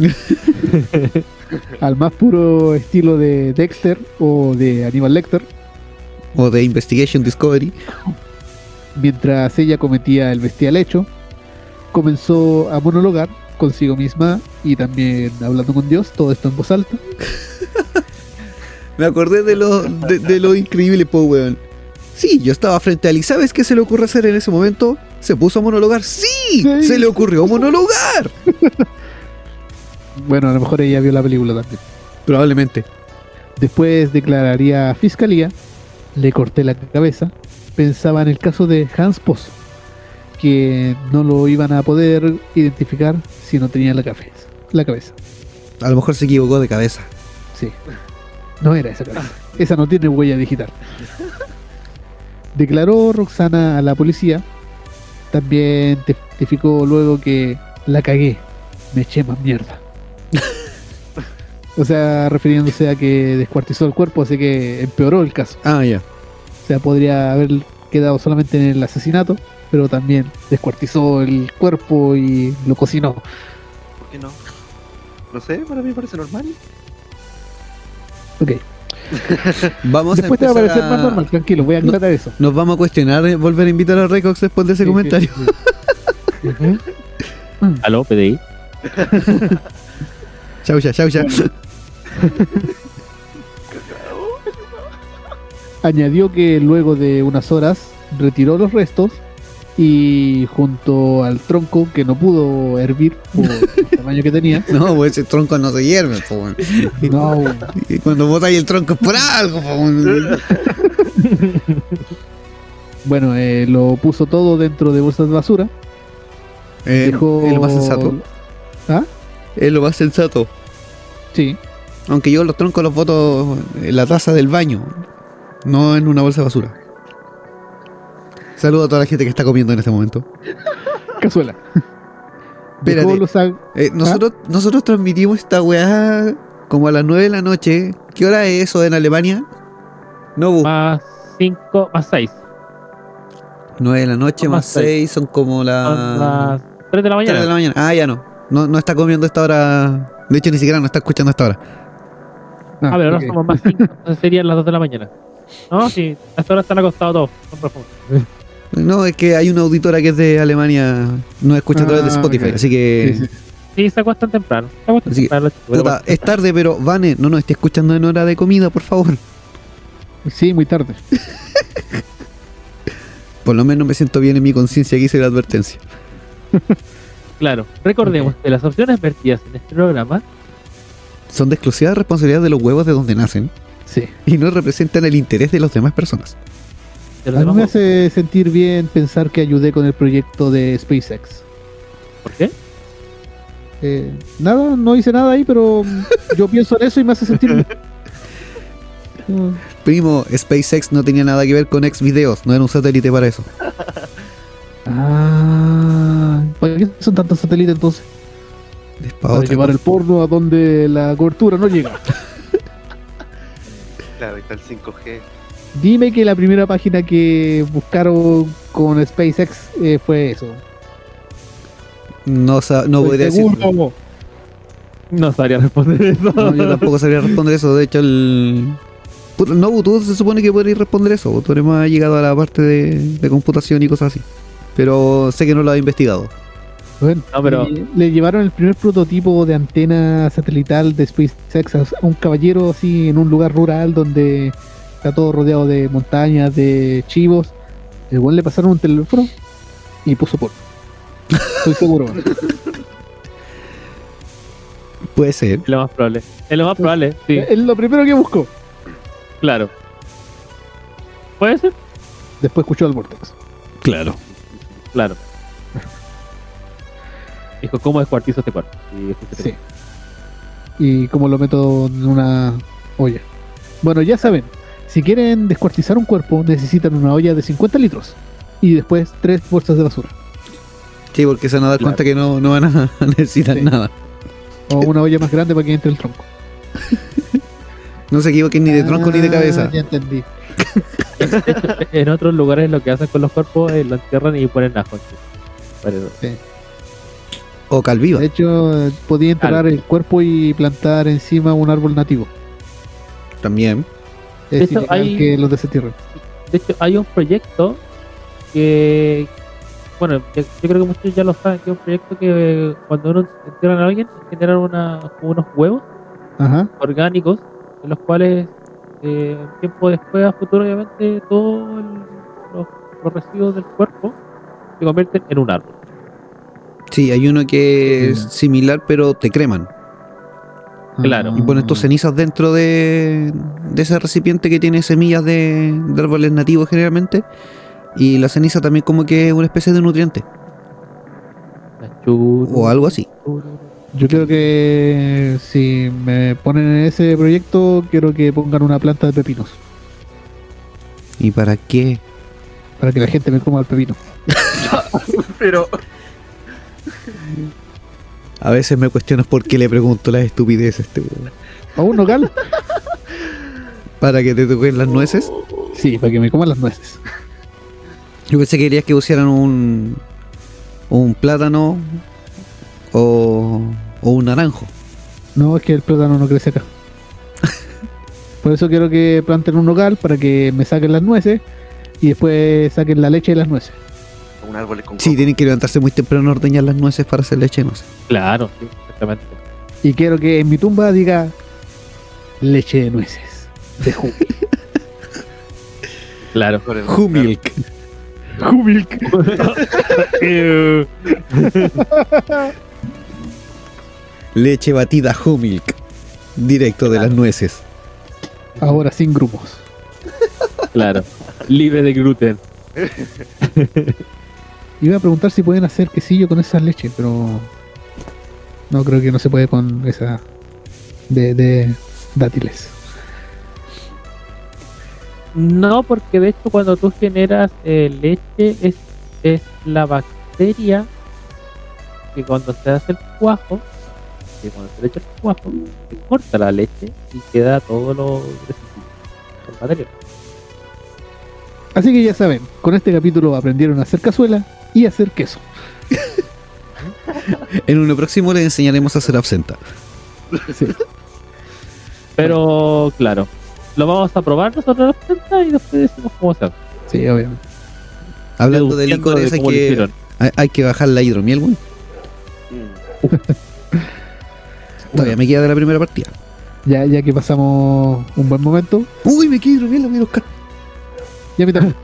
Al más puro estilo de Dexter o de Hannibal Lecter, O de Investigation Discovery. mientras ella cometía el bestial hecho, comenzó a monologar consigo misma y también hablando con Dios, todo esto en voz alta. Me acordé de lo, de, de lo increíble, po, weón. Sí, yo estaba frente a él y ¿sabes qué se le ocurre hacer en ese momento? Se puso a monologar. ¡Sí! Sí. ¡Se le ocurrió monologar! Bueno, a lo mejor ella vio la película también. Probablemente. Después declararía a fiscalía, le corté la cabeza, pensaba en el caso de Hans Pozo, que no lo iban a poder identificar si no tenía la cabeza. La cabeza, A lo mejor se equivocó de cabeza. sí. No era esa cabeza. Esa no tiene huella digital. Declaró Roxana a la policía. También testificó luego que la cagué, me eché más mierda. O sea, refiriéndose a que descuartizó el cuerpo, así que empeoró el caso. Ah, ya. O sea, podría haber quedado solamente en el asesinato, pero también descuartizó el cuerpo y lo cocinó. ¿Por qué no? No sé, para mí parece normal. Ok. Vamos Después a te va a empezar parecer a- más normal, tranquilo, voy a No. aclarar eso. Nos vamos a cuestionar eh, volver a invitar a Recox después de ese Sí, comentario. sí, sí. Ujú. Aló, P D I. Chau, ya, chau, ya. Añadió que luego de unas horas retiró los restos y junto al tronco que no pudo hervir por el tamaño que tenía. No, pues ese tronco no se hierve, po, weón. No, Y cuando botáis el tronco es por algo, po, weón. bueno, eh, lo puso todo dentro de bolsas de basura. Eh, Dejó... Es lo más sensato. ¿Ah? Es lo más sensato. Sí. Aunque yo los troncos los boto en la taza del baño, no en una bolsa de basura. Saludo a toda la gente que está comiendo en este momento. Cazuela. Espérate. Dejó los ag- Eh, nosotros, nosotros transmitimos esta weá como a las nueve de la noche. ¿Qué hora es eso en Alemania? No, bu. Más cinco, más seis. nueve de la noche son más más seis. seis son como Son las las tres de la tres mañana. de la mañana. Ah, ya no. no. No está comiendo a esta hora. De hecho, ni siquiera nos está escuchando a esta hora. Ah, pero ok. ahora somos más cinco, entonces serían las dos de la mañana. No, sí, hasta ahora están acostados todos. Son profundos. No, es que hay una auditora que es de Alemania. Nos escucha a través de Ah, Spotify. ok. Así que. Sí, sí. Sí, se acuestan temprano. Se acuestan Así que, temprano los chicos, Puta, es tarde, pero Vane, no nos esté escuchando en hora de comida, por favor. Sí, muy tarde. Por lo menos me siento bien en mi conciencia que hice la advertencia. Claro, recordemos que las opciones vertidas en este programa Son de exclusiva responsabilidad de los huevos de donde nacen Sí. y no representan el interés de las demás personas. de A los mí demás me juegos. hace sentir bien pensar que ayudé con el proyecto de SpaceX. ¿Por qué? Eh, nada, no hice nada ahí, pero yo pienso en eso y me hace sentir bien. Mm, Primo, SpaceX no tenía nada que ver con Xvideos, no era un satélite para eso. Ah, ¿para qué son tantos satélites entonces? Es pa' Para otra llevar cosa. el porno a donde la cobertura no llega. Claro, ahí está el cinco G. Dime que la primera página que buscaron con SpaceX eh, fue eso. No, sa- no Estoy podría decir. seguro. No sabría responder eso. No, yo tampoco sabría responder eso. De hecho, el. Puta, no, tú se supone que podrías responder eso. Tú eres más llegado a la parte de, de computación y cosas así. Pero sé que no lo has investigado. Bueno, No, pero- le, le llevaron el primer prototipo de antena satelital de SpaceX a un caballero así en un lugar rural donde está todo rodeado de montañas, de chivos. El buen le pasaron un teléfono y puso por. Estoy seguro. man. Puede ser. Es lo más probable. Es lo más probable, sí, Es lo primero que buscó. claro. ¿Puede ser? Después escuchó al Vortex. Claro. Claro. Dijo, ¿cómo descuartizo este cuarto? Y escuché Sí. Y como lo meto en una olla. Bueno, ya saben, si quieren descuartizar un cuerpo, necesitan una olla de cincuenta litros. Y después tres bolsas de basura. Sí, porque se van a dar Claro. cuenta que no, no van a necesitar Sí. nada. O una olla más grande para que entre el tronco. No se equivoquen ni de tronco ni de Ah, cabeza. Ya entendí. En otros lugares lo que hacen con los cuerpos es lo entierran y ponen ajo. Pero, O calviva. De hecho, podía enterrar el cuerpo y plantar encima un árbol nativo. También. Es De hecho, ilegal hay- que los desentierren. de hecho, hay un proyecto que, bueno, yo, yo creo que muchos ya lo saben, que es un proyecto que cuando uno entierra a alguien, generan una, como unos huevos Ajá. orgánicos, en los cuales, eh, tiempo después, a futuro, obviamente, todos los, los residuos del cuerpo se convierten en un árbol. Sí, hay uno que es Sí. similar, pero te creman. Claro. Y pones tus Ah. cenizas dentro de, de ese recipiente que tiene semillas de, de árboles nativos generalmente. Y la ceniza también como que es una especie de nutriente. La churu, O algo así. churu. Yo creo que si me ponen en ese proyecto, quiero que pongan una planta de pepinos. ¿Y para qué? Para que la gente me coma el pepino. Pero, A veces me cuestionas por qué le pregunto las estupideces a este weón. ¿A un nogal? ¿Para que te toquen las nueces? Sí, para que me coman las nueces. Yo pensé que querías que pusieran un, un plátano o, o un naranjo. No, es que el plátano no crece acá. Por eso quiero que planten un nogal para que me saquen las nueces y después saquen la leche de las nueces. un árbol con Sí, coco. tienen que levantarse muy temprano a ordeñar las nueces para hacer leche de nueces. Claro, sí, exactamente. Y quiero que en mi tumba diga leche de nueces. De Ju. Claro. Por el- Humilk. Jumilk. Eh, Leche batida Humilk. Directo de las nueces. Ahora sin grupos. claro. Libre de gluten. Iba a preguntar si pueden hacer quesillo con esa leche, pero no creo que no se puede con esa de, de dátiles. No, porque de hecho cuando tú generas eh, leche es, es la bacteria que cuando se hace el cuajo, que cuando se le echa el cuajo, se corta la leche y queda todo lo el material. Así que ya saben, con este capítulo aprendieron a hacer cazuela y a hacer queso. En uno próximo les enseñaremos a hacer absenta. Sí. Pero claro, lo vamos a probar nosotros la planta y después decimos cómo se hace. Sí, obviamente. Hablando de Deduciendo licores, hay cómo lo que, hicieron. hay, hay que bajar la hidromiel, güey. Mm. Todavía me queda de la primera partida. Ya, ya que pasamos un buen momento, Uy, me queda hidromiel, la voy a buscar. ya me también.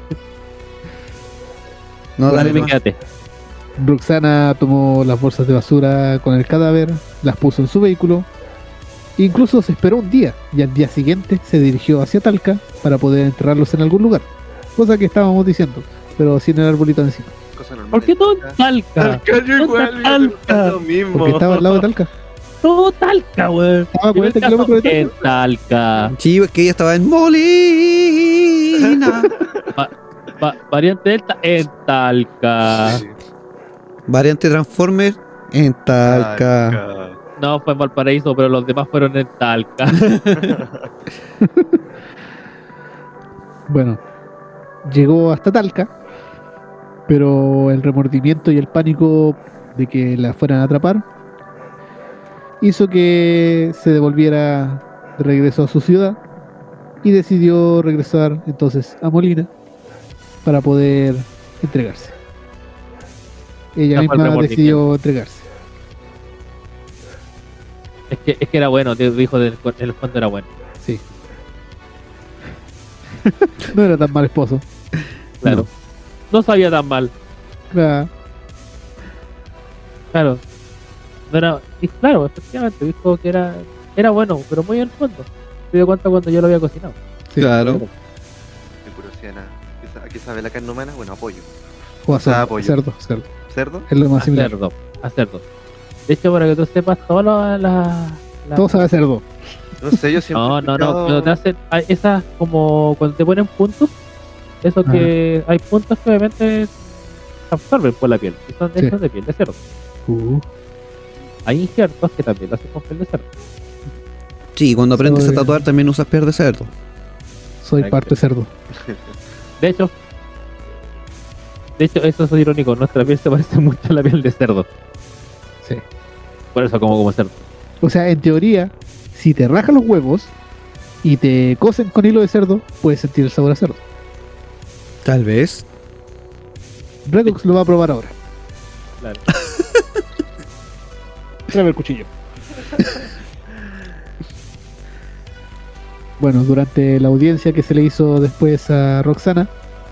No, Dale, dale, me nomás. quédate. Roxana tomó las bolsas de basura con el cadáver, las puso en su vehículo. Incluso se esperó un día y al día siguiente se dirigió hacia Talca para poder enterrarlos en algún lugar. Cosa que estábamos diciendo, pero sin el arbolito encima. Cosa normal. ¿Por qué todo en Talca? Talca, yo igual, ¿Dónde yo Talca? pensé lo mismo. Porque estaba al lado de Talca. Todo Talca, weón. Estaba a Primer cuarenta caso, kilómetros de En Talca. Sí, es que ella estaba en Molina. Va- variante Delta en Talca. Sí. Variante Transformer en Talca. Talca. No, fue en Valparaíso, pero los demás fueron en Talca. Bueno, llegó hasta Talca, pero el remordimiento y el pánico de que la fueran a atrapar hizo que se devolviera de regreso a su ciudad y decidió regresar entonces a Molina para poder entregarse. Ella Ya fue el misma remordimiento. decidió entregarse. es, que, es que era bueno, te dijo, del- en el fondo era bueno. Sí. No era tan mal esposo. Claro. No, sabía tan mal. Ah, Claro. No era, y claro, efectivamente, dijo que era, era bueno, pero muy en el fondo. Se dio cuenta cuando yo lo había cocinado. sí. Claro. De curiosidad, nada. ¿Qué sa- ¿A qué sabe la carne humana? Bueno, apoyo. O a cerdo, Ah, pollo. cerdo, cerdo. ¿Cerdo? Es lo A más similar. cerdo, a cerdo. De hecho, para que tú sepas, todas las... las- las- Todo sabe a cerdo. No sé, yo siempre. No, he no, no, escuchado- cuando te hacen hay esas como cuando te ponen puntos, eso que hay puntos que obviamente se absorben por la piel, y son Sí. hechos de piel de cerdo. Uh, Hay injertos que también lo hacen con piel de cerdo. Sí, cuando aprendes a Soy- tatuar también usas piel de cerdo. Soy Exacto. parte cerdo. De hecho, de hecho, eso es irónico. Nuestra piel se parece mucho a la piel de cerdo. Sí. Por eso como como cerdo. O sea, en teoría, si te rajan los huevos y te cocen con hilo de cerdo, puedes sentir el sabor a cerdo. Tal vez. Redox lo va a probar ahora. Claro. Tráeme el cuchillo. Bueno, durante la audiencia que se le hizo después a Roxana,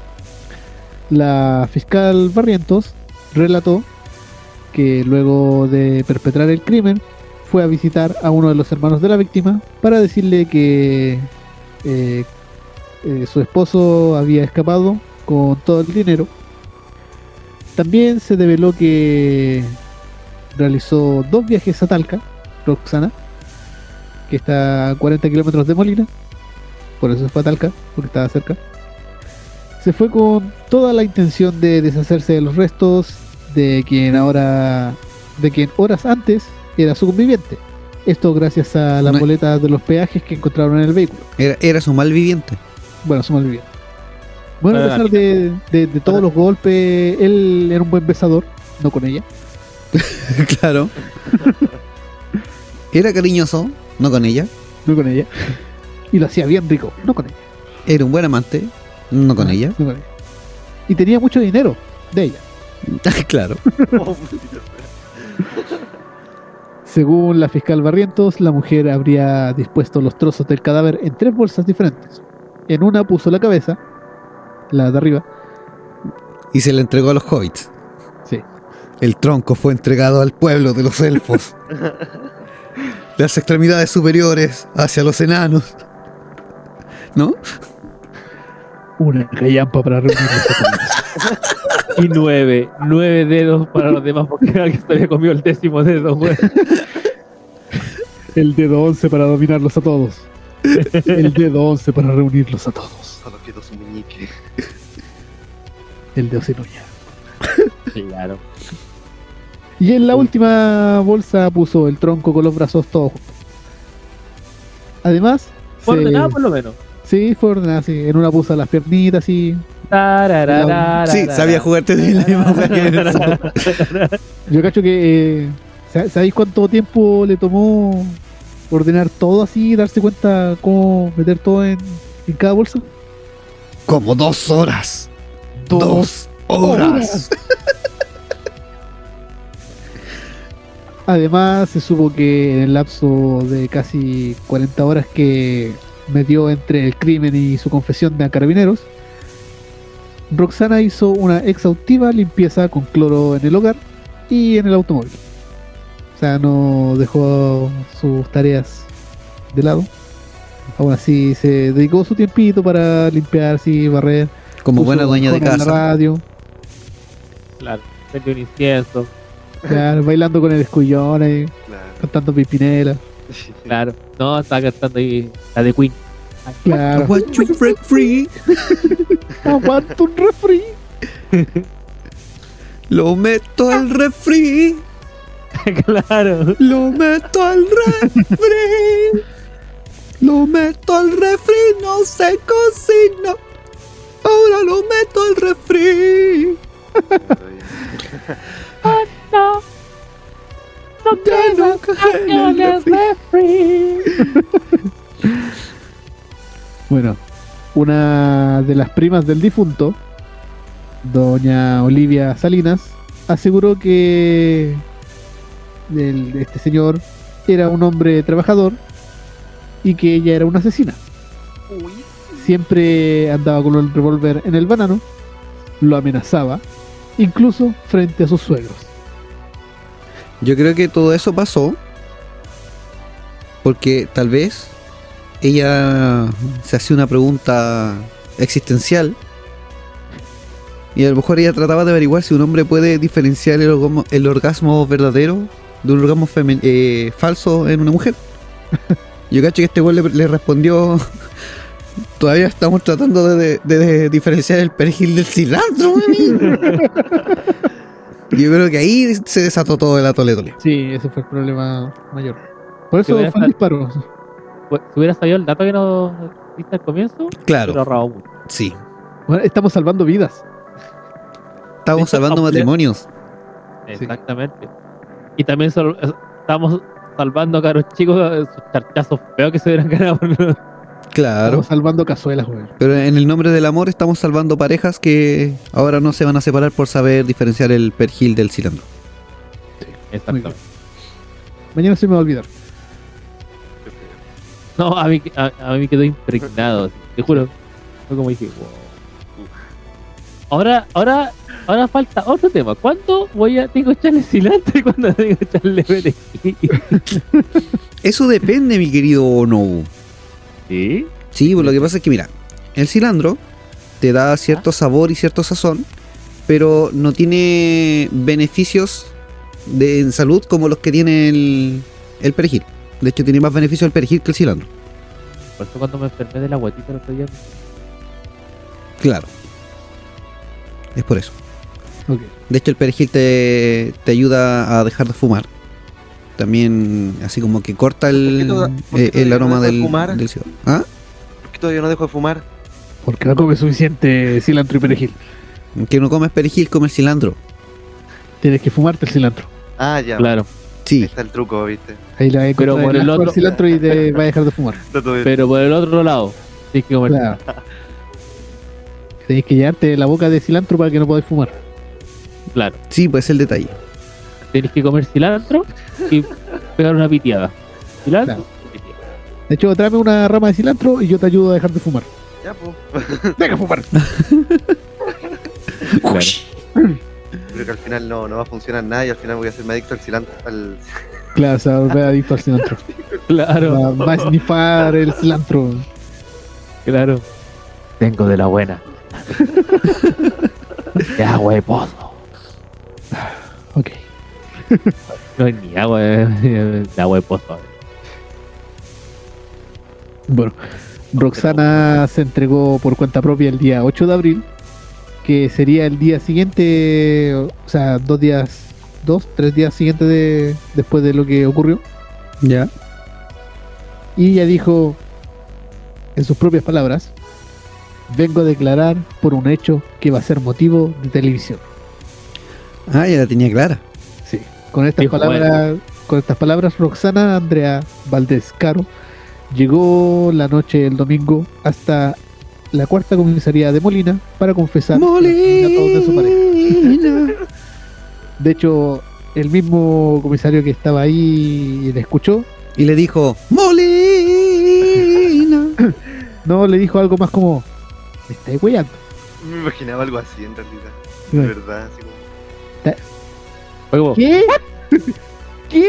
la fiscal Barrientos relató que luego de perpetrar el crimen fue a visitar a uno de los hermanos de la víctima para decirle que eh, eh, su esposo había escapado con todo el dinero. También se develó que realizó dos viajes a Talca, Roxana, que está a cuarenta kilómetros de Molina, por eso fue a Talca, porque estaba cerca. Se fue con toda la intención de deshacerse de los restos de quien ahora, de quien horas antes era su conviviente. Esto gracias a las No- boletas de los peajes que encontraron en el vehículo. Era, era su malviviente. Bueno, su malviviente. Bueno, a Para pesar de, de- de todos para- los golpes, él era un buen besador, no con ella. Claro. Era cariñoso, no con ella. No con ella. Y lo hacía bien rico, no con ella. Era un buen amante, no con ella. No con ella. Y tenía mucho dinero de ella. Claro. Oh, maldita sea. Según la fiscal Barrientos, la mujer habría dispuesto los trozos del cadáver en tres bolsas diferentes. En una puso la cabeza, la de arriba. Y se le entregó a los hobbits. Sí. El tronco fue entregado al pueblo de los elfos. Las extremidades superiores hacia los enanos. ¿No? Una callampa para reunir los papeles. Y nueve, nueve dedos para los demás porque alguien se había comido el décimo dedo, güey. El dedo once para dominarlos a todos. El dedo once para reunirlos a todos. Solo quedó su muñeque. El dedo sin uña. Claro. Y en la última bolsa puso el tronco con los brazos todos juntos. Además, Fue se- ordenado por lo menos. sí, fue ordenada, sí. En una puso las piernitas y Tararara, Sí, sabía jugarte bien la misma juega que en el fútbol. yo cacho que eh, ¿sab- ¿sabéis cuánto tiempo le tomó ordenar todo así, darse cuenta cómo meter todo en, en cada bolsa? Como dos horas. Dos horas. Además, se supo que en el lapso de casi cuarenta horas que metió entre el crimen y su confesión de a carabineros, Roxana hizo una exhaustiva limpieza con cloro en el hogar y en el automóvil. O sea, no dejó sus tareas de lado. Aún así, se dedicó su tiempito para limpiar, así, barrer. Como Puso buena dueña de con la casa. radio, Claro, metió un incienso. claro, bailando con el escullón ahí, Claro. cantando Pimpinela. Claro. No, estaba cantando ahí la de Queen. Claro. Want you break free. Aguanto un refri. Lo meto al refri. Claro. Lo meto al refri. Lo meto al refri, no se cocina. Ahora lo meto al refri. No. No Ya no cae en el refri. Bueno, una de las primas del difunto, doña Olivia Salinas, aseguró que el- este señor era un hombre trabajador y que ella era una asesina. Siempre andaba con el revólver en el banano, lo amenazaba, incluso frente a sus suegros. Yo creo que todo eso pasó porque tal vez ella se hacía una pregunta existencial y a lo mejor ella trataba de averiguar si un hombre puede diferenciar el orgasmo, el orgasmo verdadero de un orgasmo femen- eh, falso en una mujer. Yo cacho que este güey le, le respondió: todavía estamos tratando de, de- de diferenciar el perejil del cilantro, mami". Yo creo que ahí se desató todo el atole tole. Sí, ese fue el problema mayor. Por eso hubiera fue el disparo. Pues, si hubiera sabido el dato que nos, viste al comienzo, pero Claro, ahorrado mucho. sí. Bueno, estamos salvando vidas. Estamos Listo, salvando vamos a leer. matrimonios. Exactamente. Y también sol- estamos salvando a caros chicos eh, sus charchazos feos que se hubieran ganado. Claro. Estamos salvando cazuelas, güey. Pero en el nombre del amor estamos salvando parejas que ahora no se van a separar por saber diferenciar el perejil del cilantro. Exactamente. Mañana se me va a olvidar. No, a mí, a, a mí me quedó impregnado, así, te juro. Fue como dije, wow. Ahora, ahora, ahora falta otro tema. ¿Cuándo voy a tengo que echarle cilantro y cuándo tengo que echarle perejil? Eso depende, mi querido Nobu. ¿Sí? Sí, pues lo que pasa es que, mira, el cilantro te da cierto sabor y cierto sazón, pero no tiene beneficios de, en salud como los que tiene el, el perejil. De hecho, tiene más beneficios el perejil que el cilantro. Por eso cuando me enfermé de la guatita el otro día, Claro. Es por eso. Ok. De hecho, el perejil te, te ayuda a dejar de fumar. También, así como que corta ¿Por el, qué toda- por eh, qué el todavía no aroma dejo de del, fumar? del cigarro. ¿Ah? ¿Por qué todavía no dejo de fumar? Porque no come suficiente cilantro y perejil. Que no comes perejil, comes cilantro. Tienes que fumarte el cilantro. Ah, ya. claro. Ahí Sí. está el truco, ¿viste? Ahí la Pero por el otro- cilantro y te va a dejar de fumar. Está todo bien. Pero por el otro lado, tienes que comer. Claro. Tienes que llenarte la boca de cilantro para que no podáis fumar. Claro. Sí, pues es el detalle. Tienes que comer cilantro y pegar una piteada. Cilantro, Claro. piteada. De hecho, tráeme una rama de cilantro y yo te ayudo a dejar de fumar. Ya, pues. ¡Deja de fumar! Claro. Creo que al final no, no va a funcionar nada y al final voy a ser adicto al cilantro. Al... Claro, se va a volver adicto al cilantro. Claro. Va, va a snifar el cilantro. Claro. Tengo de la buena. De agua de pozo. Ok. No es ni agua, de agua de pozo. Bueno, Roxana se entregó por cuenta propia el día ocho de abril, que sería el día siguiente, o sea, dos días, dos, tres días siguientes de, después de lo que ocurrió. Ya. Y ella dijo, en sus propias palabras, vengo a declarar por un hecho que va a ser motivo de televisión. Ah, ya la tenía clara. Sí. Con estas Dijo, palabras, con estas palabras, Roxana Andrea Valdés Caro llegó la noche del domingo hasta la cuarta comisaría de Molina para confesar los asesinatos de su pareja. Molina. De hecho, el mismo comisario que estaba ahí le escuchó, Y le dijo, Molina. no, le dijo algo más como, me estáis weyando. Me imaginaba algo así en realidad. De verdad, así como. Fue como, ¿Qué? ¿Qué?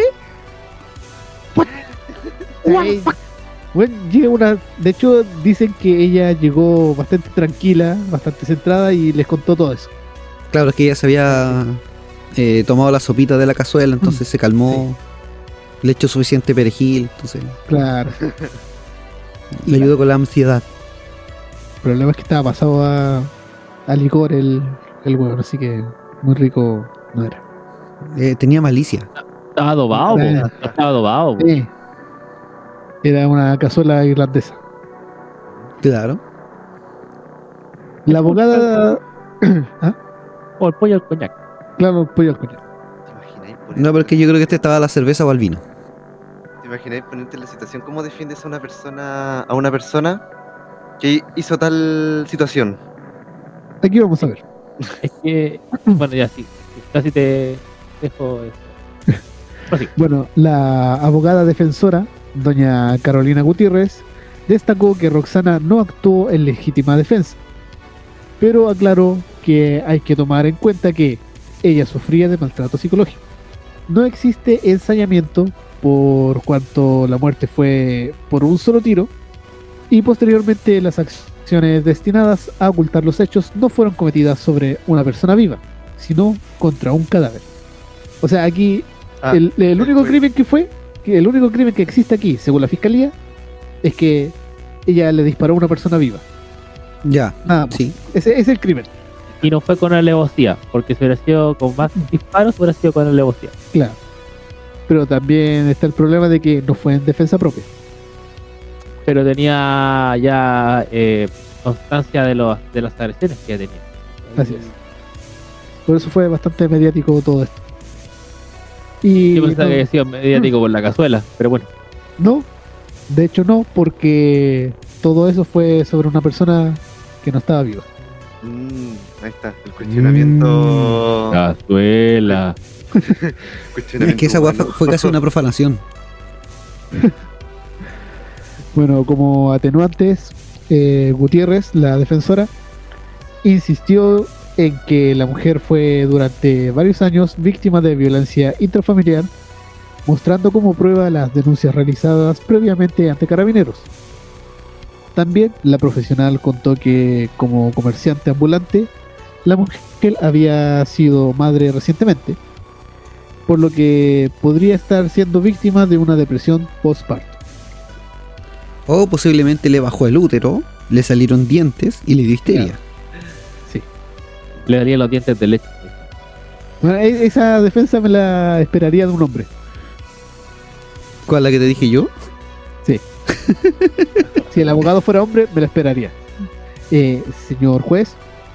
Ay, bueno, llega una. De hecho, dicen que ella llegó bastante tranquila, bastante centrada y les contó todo eso. Claro, es que ella se había eh, tomado la sopita de la cazuela, entonces se calmó. Le echó suficiente perejil, entonces Claro. le ayudó con la ansiedad. El problema es que estaba pasado a, a licor el, el huevo, así que muy rico no era. Eh, tenía malicia. estaba adobado, po. Claro. Estaba adobado, po. Sí. Era una cazuela irlandesa. Claro. La abogada. ¿Ah? O el pollo al coñac. Claro, el pollo al coñac. ¿Te imagináis poner- No, pero es que yo creo que este estaba a la cerveza o al vino. ¿Te imagináis ponerte en la situación? ¿Cómo defiendes a una persona a una persona que hizo tal situación? Aquí vamos a ver. Es que, bueno, ya sí. Casi te dejo eso. Así. Bueno, la abogada defensora, doña Carolina Gutiérrez, destacó que Roxana no actuó en legítima defensa, pero aclaró que hay que tomar en cuenta que ella sufría de maltrato psicológico. No existe ensañamiento por cuanto la muerte fue por un solo tiro y posteriormente las acciones destinadas a ocultar los hechos no fueron cometidas sobre una persona viva, sino contra un cadáver. O sea, aquí Ah, el, el único fue- crimen que fue, que el único crimen que existe aquí, según la fiscalía, es que ella le disparó a una persona viva. Ya, Nada más. sí. Ese, ese es el crimen, Y no fue con alevosía, porque si hubiera sido con más disparos, hubiera sido con alevosía. claro. Pero también está el problema de que no fue en defensa propia. pero tenía ya eh, constancia de, los, de las agresiones que tenía. Así es. Por eso fue bastante mediático todo esto. Y Yo pensaba no, que había sido mediático por la cazuela, pero bueno. no, de hecho no, porque todo eso fue sobre una persona que no estaba viva. Mm, ahí está, el cuestionamiento. Cazuela. cuestionamiento Es que esa weá humano. fue, fue casi una profanación. Bueno, como atenuantes, eh, Gutiérrez, la defensora, insistió en que la mujer fue durante varios años víctima de violencia intrafamiliar, mostrando como prueba las denuncias realizadas previamente ante carabineros. También la profesional contó que como comerciante ambulante, la mujer había sido madre recientemente, por lo que podría estar siendo víctima de una depresión postparto. O posiblemente le bajó el útero, le salieron dientes y le dio histeria. Sí. Le daría los dientes de leche. Bueno, e- esa defensa me la esperaría de un hombre. ¿Cuál la que te dije yo? Si el abogado fuera hombre, me la esperaría. Eh, señor juez,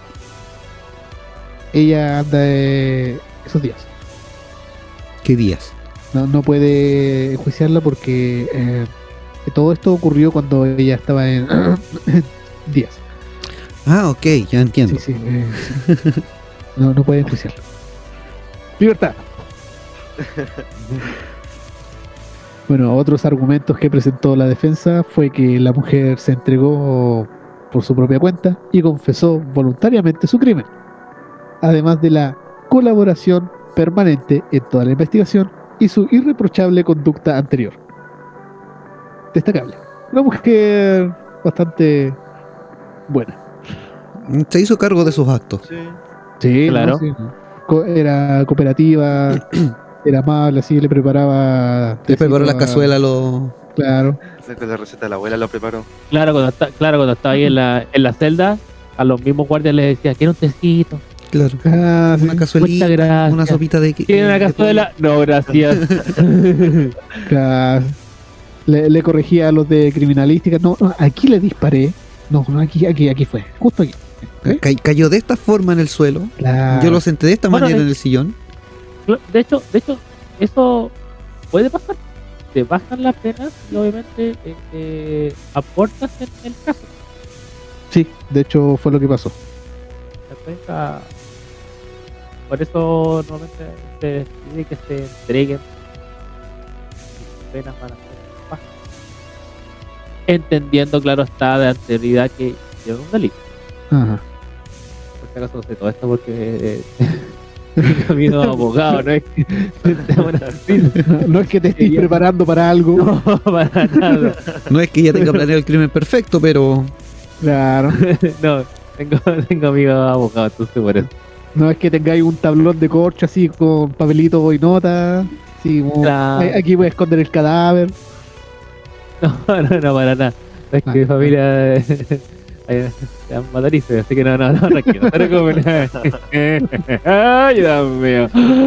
ella anda eh, esos días. ¿Qué días? No, no puede enjuiciarla porque eh, todo esto ocurrió cuando ella estaba en días. Ah, ok, ya entiendo. Sí, sí, eh, sí. No, no puede enjuiciarla. Libertad. Bueno, otros argumentos que presentó la defensa fue que la mujer se entregó por su propia cuenta y confesó voluntariamente su crimen, además de la colaboración permanente en toda la investigación y su irreprochable conducta anterior. Destacable. Una mujer bastante buena. Se hizo cargo de sus actos. Sí. Sí, Claro. ¿no? Sí. Co- era cooperativa, era amable, así le preparaba. Le preparó la tecito a- cazuela a los... Claro. Con la receta de la abuela lo preparó. Claro, cuando, está, claro, cuando estaba ahí en la, en la celda, a los mismos guardias les decía, ¿quiere un tecito? Claro. Ah, sí, Una cazuelita, Muchas gracias. una sopita de... ¿Quieren una de cazuela? No, gracias. claro. Le, le corregía a los de criminalística. No, no, aquí le disparé. No, no, aquí, aquí, aquí fue. Justo aquí. pollo. Ca- cayó de esta forma en el suelo. Claro. Yo lo senté de esta Bueno, manera eh, en el sillón. De hecho, de hecho, eso puede pasar. Te bajan las penas y obviamente eh, eh, aportas en el caso. Sí, de hecho fue lo que pasó. ¿Cachai? O sea, por eso normalmente se pide que se entreguen y sus penas van a ser bajas. Entendiendo, claro está, de anterioridad que es un delito. Ajá. Por si acaso no sé todo esto porque eh, he camino abogado, no es que estemos así. No es que te estés Sí, ya. preparando para algo. No, para nada. No es que ella tenga planeado el crimen perfecto, pero... Claro. No, tengo, tengo amigos abogados, entonces por eso. No es que tengáis un tablón de corcho así con papelito y nota. Así como, Claro. "Ay, aquí voy a esconder el cadáver". No, no, no, para nada. Es que Ah. mi familia eh, eh, se han matarizo, así que no, no, no, tranquilo. No te preocupes. Ay, Dios mío.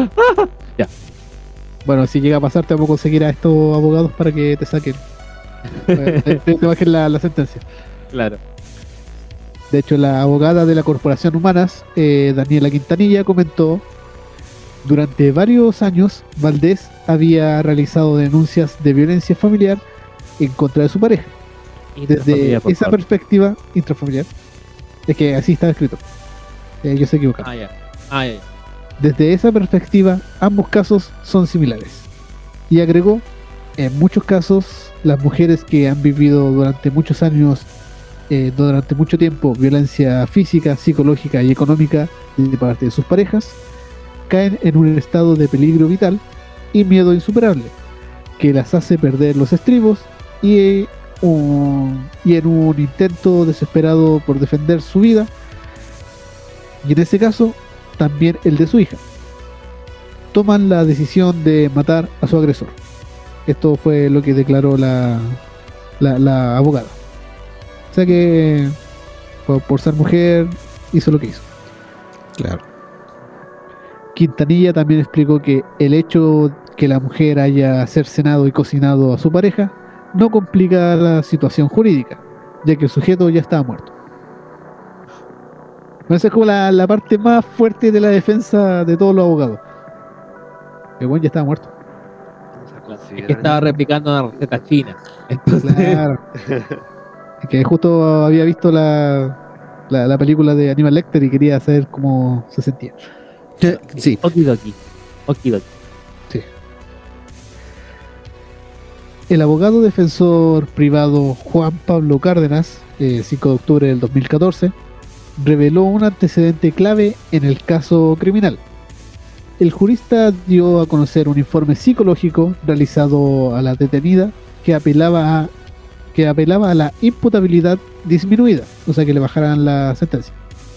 Bueno, si llega a pasar, te vamos a conseguir a estos abogados para que te saquen. Eh, te, te- te bajen la, la sentencia. Claro. De hecho, la abogada de la Corporación Humanas, eh, Daniela Quintanilla, comentó: durante varios años, Valdés había realizado denuncias de violencia familiar en contra de su pareja. Desde Familia, por esa favor. perspectiva intrafamiliar, es que así está escrito. Eh, yo se equivocado. Ah, ya. Ah, ya, ya. Desde esa perspectiva, ambos casos son similares. Y agregó, en muchos casos, las mujeres que han vivido durante muchos años, eh, durante mucho tiempo, violencia física, psicológica y económica de parte de sus parejas, caen en un estado de peligro vital y miedo insuperable, que las hace perder los estribos y, eh, un- y en un intento desesperado por defender su vida, y en ese caso, también el de su hija, toman la decisión de matar a su agresor. Esto fue lo que declaró la, la, la abogada. O sea que por, por ser mujer hizo lo que hizo. Claro. Quintanilla también explicó que el hecho que la mujer haya cercenado y cocinado a su pareja no complica la situación jurídica, ya que el sujeto ya estaba muerto. Esa es como la, la parte más fuerte de la defensa de todos los abogados. El buen ya estaba muerto. Es que estaba replicando una receta china. Entonces, Claro. Es que justo había visto la, la, la película de Aníbal Lecter y quería saber cómo se sentía. Sí. okidoki. Okidoki. Sí. El abogado defensor privado Juan Pablo Cárdenas, el cinco de octubre del dos mil catorce, reveló un antecedente clave en el caso criminal. El jurista dio a conocer un informe psicológico realizado a la detenida que apelaba a, que apelaba a la imputabilidad disminuida, o sea que le bajaran la sentencia.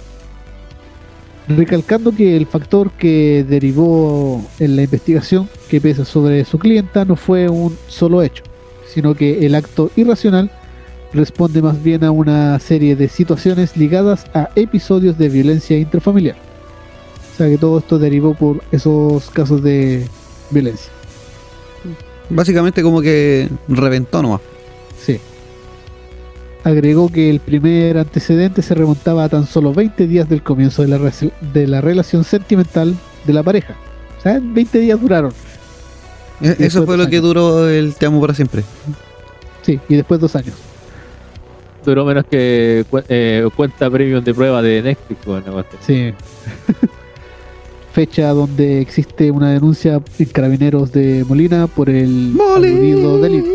Recalcando que el factor que derivó en la investigación que pesa sobre su clienta no fue un solo hecho, sino que el acto irracional responde más bien a una serie de situaciones ligadas a episodios de violencia intrafamiliar. O sea que todo esto derivó por esos casos de violencia. Básicamente como que reventó nomás. Sí. Agregó que el primer antecedente se remontaba a tan solo veinte días del comienzo de la, re- de la relación sentimental de la pareja. O sea, veinte días duraron. E- Y Eso después fue dos lo que años. duró el Te amo para siempre. Sí, y después dos años. Duró menos que cu- eh, cuenta premium de prueba de Netflix. Bueno, Sí. Fecha donde existe una denuncia en Carabineros de Molina por el aludido delito.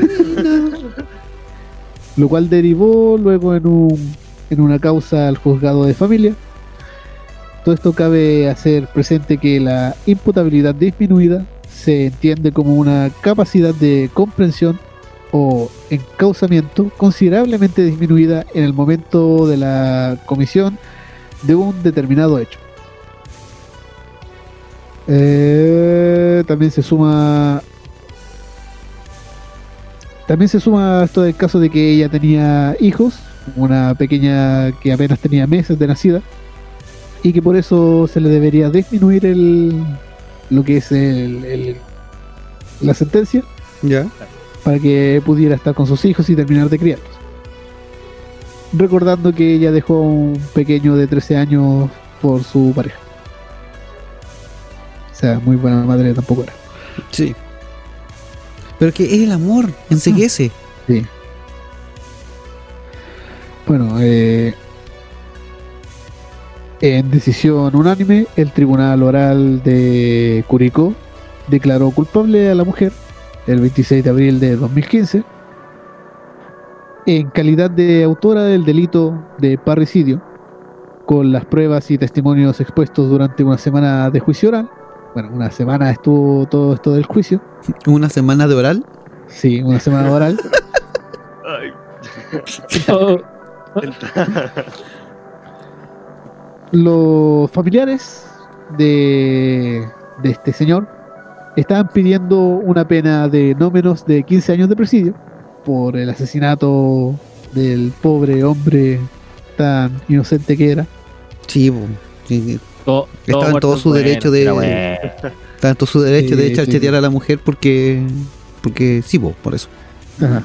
Lo cual derivó luego en un en una causa al juzgado de familia. Todo esto cabe hacer presente que la imputabilidad disminuida se entiende como una capacidad de comprensión o encauzamiento considerablemente disminuida en el momento de la comisión de un determinado hecho. Eh, también se suma también se suma esto del caso de que ella tenía hijos, una pequeña que apenas tenía meses de nacida, y que por eso se le debería disminuir el lo que es el, el- la sentencia Ya. para que pudiera estar con sus hijos y terminar de criarlos. Recordando que ella dejó un pequeño de trece años por su pareja. O sea, muy buena madre tampoco era. Sí. Pero que es el amor, enseguece. Sí. Bueno, eh, en decisión unánime, el Tribunal Oral de Curicó declaró culpable a la mujer el veintiséis de abril de dos mil quince en calidad de autora del delito de parricidio, con las pruebas y testimonios expuestos durante una semana de juicio oral. Bueno, una semana estuvo todo esto del juicio. Una semana de oral. Sí, una semana oral. Ay, Oh, Los familiares de, de este señor estaban pidiendo una pena de no menos de quince años de presidio por el asesinato del pobre hombre tan inocente que era. Sí, po. Sí, todo, Estaba en muerto todo es su derecho de- pero bueno. está en todo su derecho de Sí, echar sí, chetear sí. a la mujer porque. Porque sí, po, por eso. Ajá.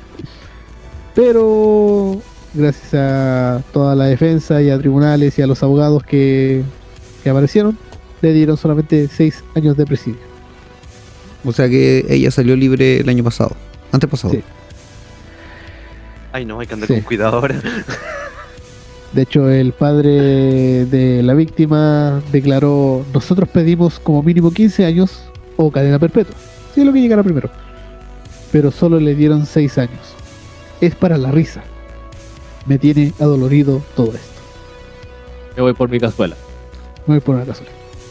Pero gracias a toda la defensa y a tribunales y a los abogados que, que aparecieron, le dieron solamente seis años de presidio. O sea que ella salió libre el año pasado. Antepasado. Sí. Ay, no, hay que andar Sí. con cuidado ahora. De hecho, el padre de la víctima declaró: nosotros pedimos como mínimo quince años o cadena perpetua. Sí, es lo que llegará primero. Pero solo le dieron seis años. Es para la risa. Me tiene adolorido todo esto. Yo voy por mi cazuela. No voy por una cazuela.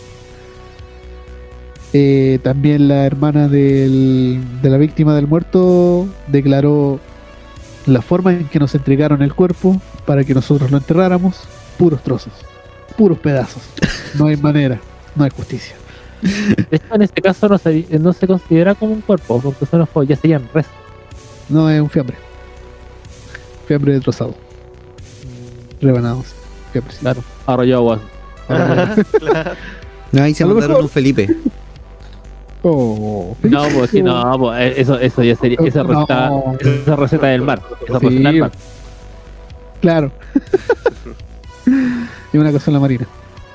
Eh, también la hermana del- de la víctima del muerto declaró: la forma en que nos entregaron el cuerpo para que nosotros lo enterráramos, puros trozos, puros pedazos. No hay manera, no hay justicia. De hecho, en este caso no se, no se considera como un cuerpo, porque son los juegos, ya serían res. No es un fiambre. Fiambre destrozado. Rebanados. Fiambre, sí. Claro, arrollado agua. Ahora, Ahí se A lo mandaron mejor. un Felipe. Oh, No, pues sí, no, pues eso, eso ya sería, esa No. receta, esa receta del mar, esa Sí. receta del mar. Claro. Y una cosa en la marina.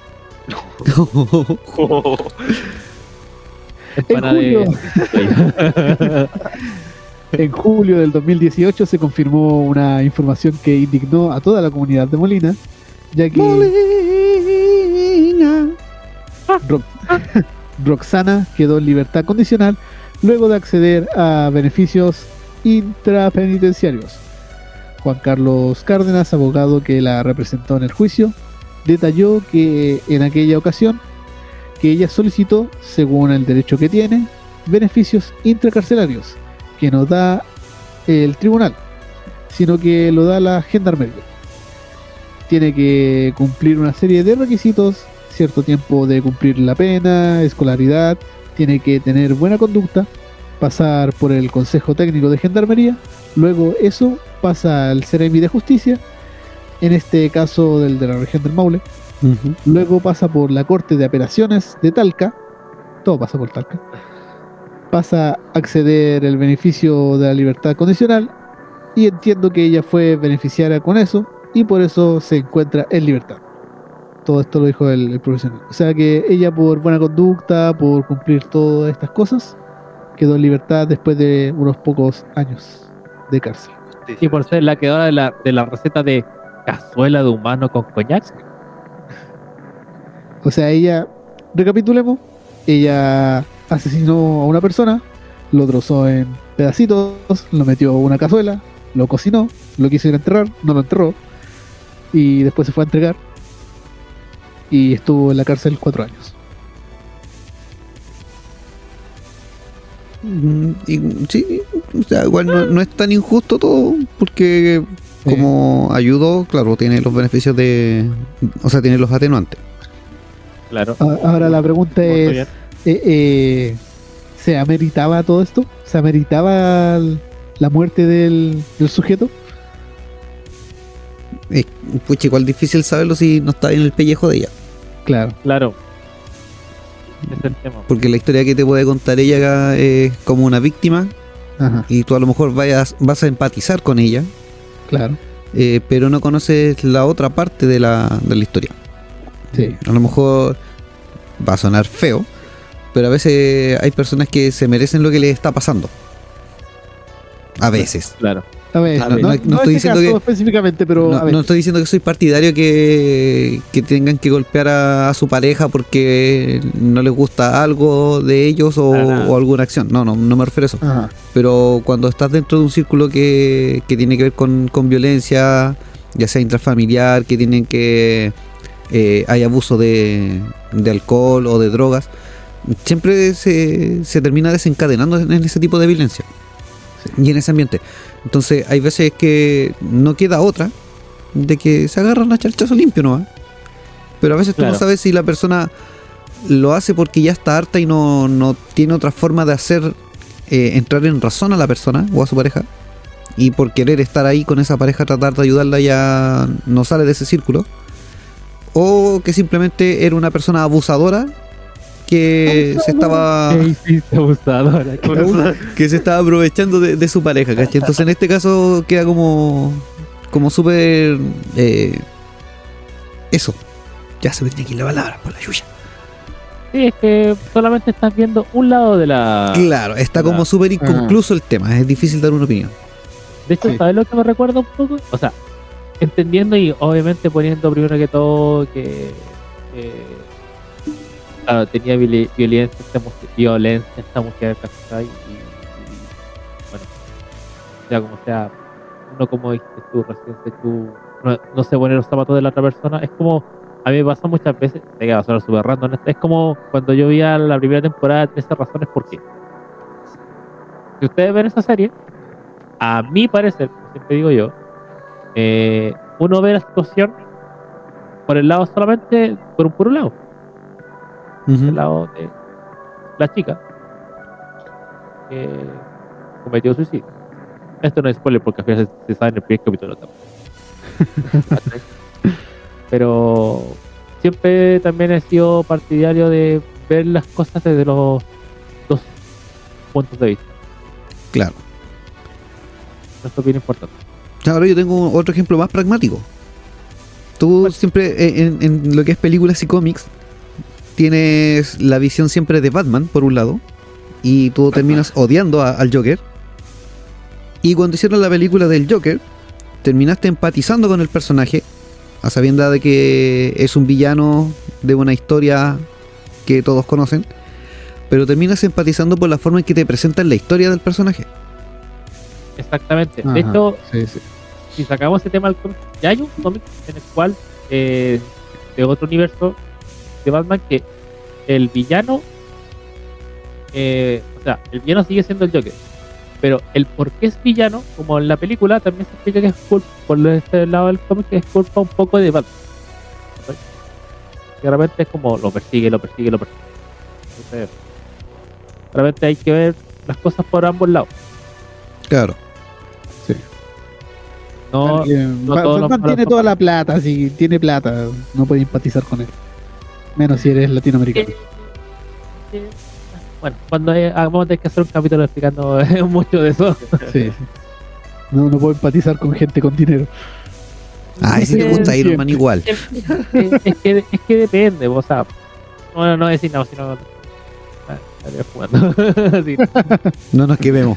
Empana julio. de... En julio del dos mil dieciocho se confirmó una información que indignó a toda la comunidad de Molina, ya que Molina. Ro- Roxana quedó en libertad condicional luego de acceder a beneficios intrapenitenciarios. Juan Carlos Cárdenas, abogado que la representó en el juicio, detalló que en aquella ocasión que ella solicitó, según el derecho que tiene, beneficios intracarcelarios que no da el tribunal, sino que lo da la gendarmería. Tiene que cumplir una serie de requisitos, cierto tiempo de cumplir la pena, escolaridad, tiene que tener buena conducta, pasar por el Consejo Técnico de Gendarmería, luego eso pasa al Ceremi de Justicia, en este caso del de la región del Maule, Ujú. luego pasa por la Corte de Apelaciones de Talca, todo pasa por Talca, pasa a acceder el beneficio de la libertad condicional y entiendo que ella fue beneficiaria con eso y por eso se encuentra en libertad. Todo esto lo dijo el, el profesional. O sea que ella por buena conducta, por cumplir todas estas cosas, quedó en libertad después de unos pocos años de cárcel. Y por ser la creadora de la, de la receta de cazuela de humano con coñac. O sea, ella, recapitulemos, ella asesinó a una persona, lo trozó en pedacitos, lo metió en una cazuela, lo cocinó, lo quiso ir a enterrar, no lo enterró, y después se fue a entregar, y estuvo en la cárcel cuatro años. Mm, y, sí, o sea, igual no, no es tan injusto todo, porque como ayudó, claro, tiene los beneficios de. O sea, tiene los atenuantes. Claro. A- Ahora la pregunta Muy es, bien. eh, eh, ¿se ameritaba todo esto? ¿Se ameritaba el- la muerte del, del sujeto? Eh, pucha, igual difícil saberlo si no está en el pellejo de ella. Claro. Claro. Ese es el tema. Porque la historia que te puede contar ella es como una víctima Ajá, y tú a lo mejor vayas, vas a empatizar con ella, claro. eh, pero no conoces la otra parte de la, de la historia. Sí. A lo mejor va a sonar feo, pero a veces hay personas que se merecen lo que les está pasando. A veces. Claro. A ver, No, no, no- no, no en estoy este diciendo caso que- específicamente, pero No, a ver. no estoy diciendo que soy partidario que, que tengan que golpear a, a su pareja porque no les gusta algo de ellos o, Para nada. o alguna acción. No, no, no me refiero a eso. Ajá, Pero cuando estás dentro de un círculo que, que tiene que ver con, con violencia, ya sea intrafamiliar, que tienen que eh, hay abuso de, de alcohol o de drogas, siempre se, se termina desencadenando en ese tipo de violencia y en ese ambiente. Entonces hay veces que no queda otra de que se agarran a charchazo limpio, ¿no? Pero a veces tú Claro. no sabes si la persona lo hace porque ya está harta y no, no tiene otra forma de hacer eh, entrar en razón a la persona o a su pareja, y por querer estar ahí con esa pareja, tratar de ayudarla, ya no sale de ese círculo, o que simplemente era una persona abusadora que se estaba ¿Qué hiciste, abusadora? ¿Qué abus- que se estaba aprovechando de, de su pareja, ¿cachai? Entonces en este caso queda como como súper eh, eso, ya se me tiene que ir la palabra por la yuya. Sí, es que solamente estás viendo un lado de la... Claro, está como Claro. súper inconcluso el tema, es difícil dar una opinión. De hecho, Sí. ¿sabes lo que me recuerda un poco? O sea, entendiendo y obviamente poniendo primero que todo que eh, claro, tenía violi- violencia esta mujer, violencia esta mujer, ¿cachai? Y, y, bueno, sea como sea, uno como dijiste tú recién, que tú no, no sé poner los zapatos de la otra persona, es como, a mí me pasa muchas veces, sé que va a sonar súper random, es como cuando yo vi a la primera temporada de trece razones por qué. Si ustedes ven esa serie, a mi parecer, siempre digo yo, eh, uno ve la situación por el lado solamente, por un puro lado, Ujú. el lado de la chica que cometió suicidio. Esto no es spoiler porque al final se, se sabe en el primer capítulo también. ¿Cachai? Pero siempre también he sido partidario de ver las cosas desde los dos puntos de vista. Claro. Esto es bien importante. Ahora yo tengo otro ejemplo más pragmático. Tú siempre, en, en lo que es películas y cómics, tienes la visión siempre de Batman, por un lado, y tú terminas odiando a- al Joker. Y cuando hicieron la película del Joker, terminaste empatizando con el personaje, a sabiendas de que es un villano de una historia que todos conocen, pero terminas empatizando por la forma en que te presentan la historia del personaje. Exactamente. Ajá, De hecho, sí, sí. si sacamos ese tema al cómic, ya hay un cómic en el cual, eh, de otro universo de Batman, que el villano, eh, o sea, el villano sigue siendo el Joker, pero el por qué es villano, como en la película, también se explica que es culpa, por este lado del cómic, que es culpa un poco de Batman. ¿Sí? Que de repente es como lo persigue, lo persigue, lo persigue. Entonces, de repente hay que ver las cosas por ambos lados. Claro. No, Porque no Ba- todos los Batman malos tiene son toda la malos. plata, si tiene plata, no puede empatizar con él. Menos si eres latinoamericano. Eh, Bueno, cuando eh, vamos a tener que hacer un capítulo explicando eh, mucho de eso. Sí, sí. No, no puedo empatizar con gente con dinero. Ay, si te Sí, gusta Iron Man siempre. igual. Es, es- es que, es que depende, o sea, bueno, no decir nada, sino. Ah, estaría jugando. Sí, No nos quememos.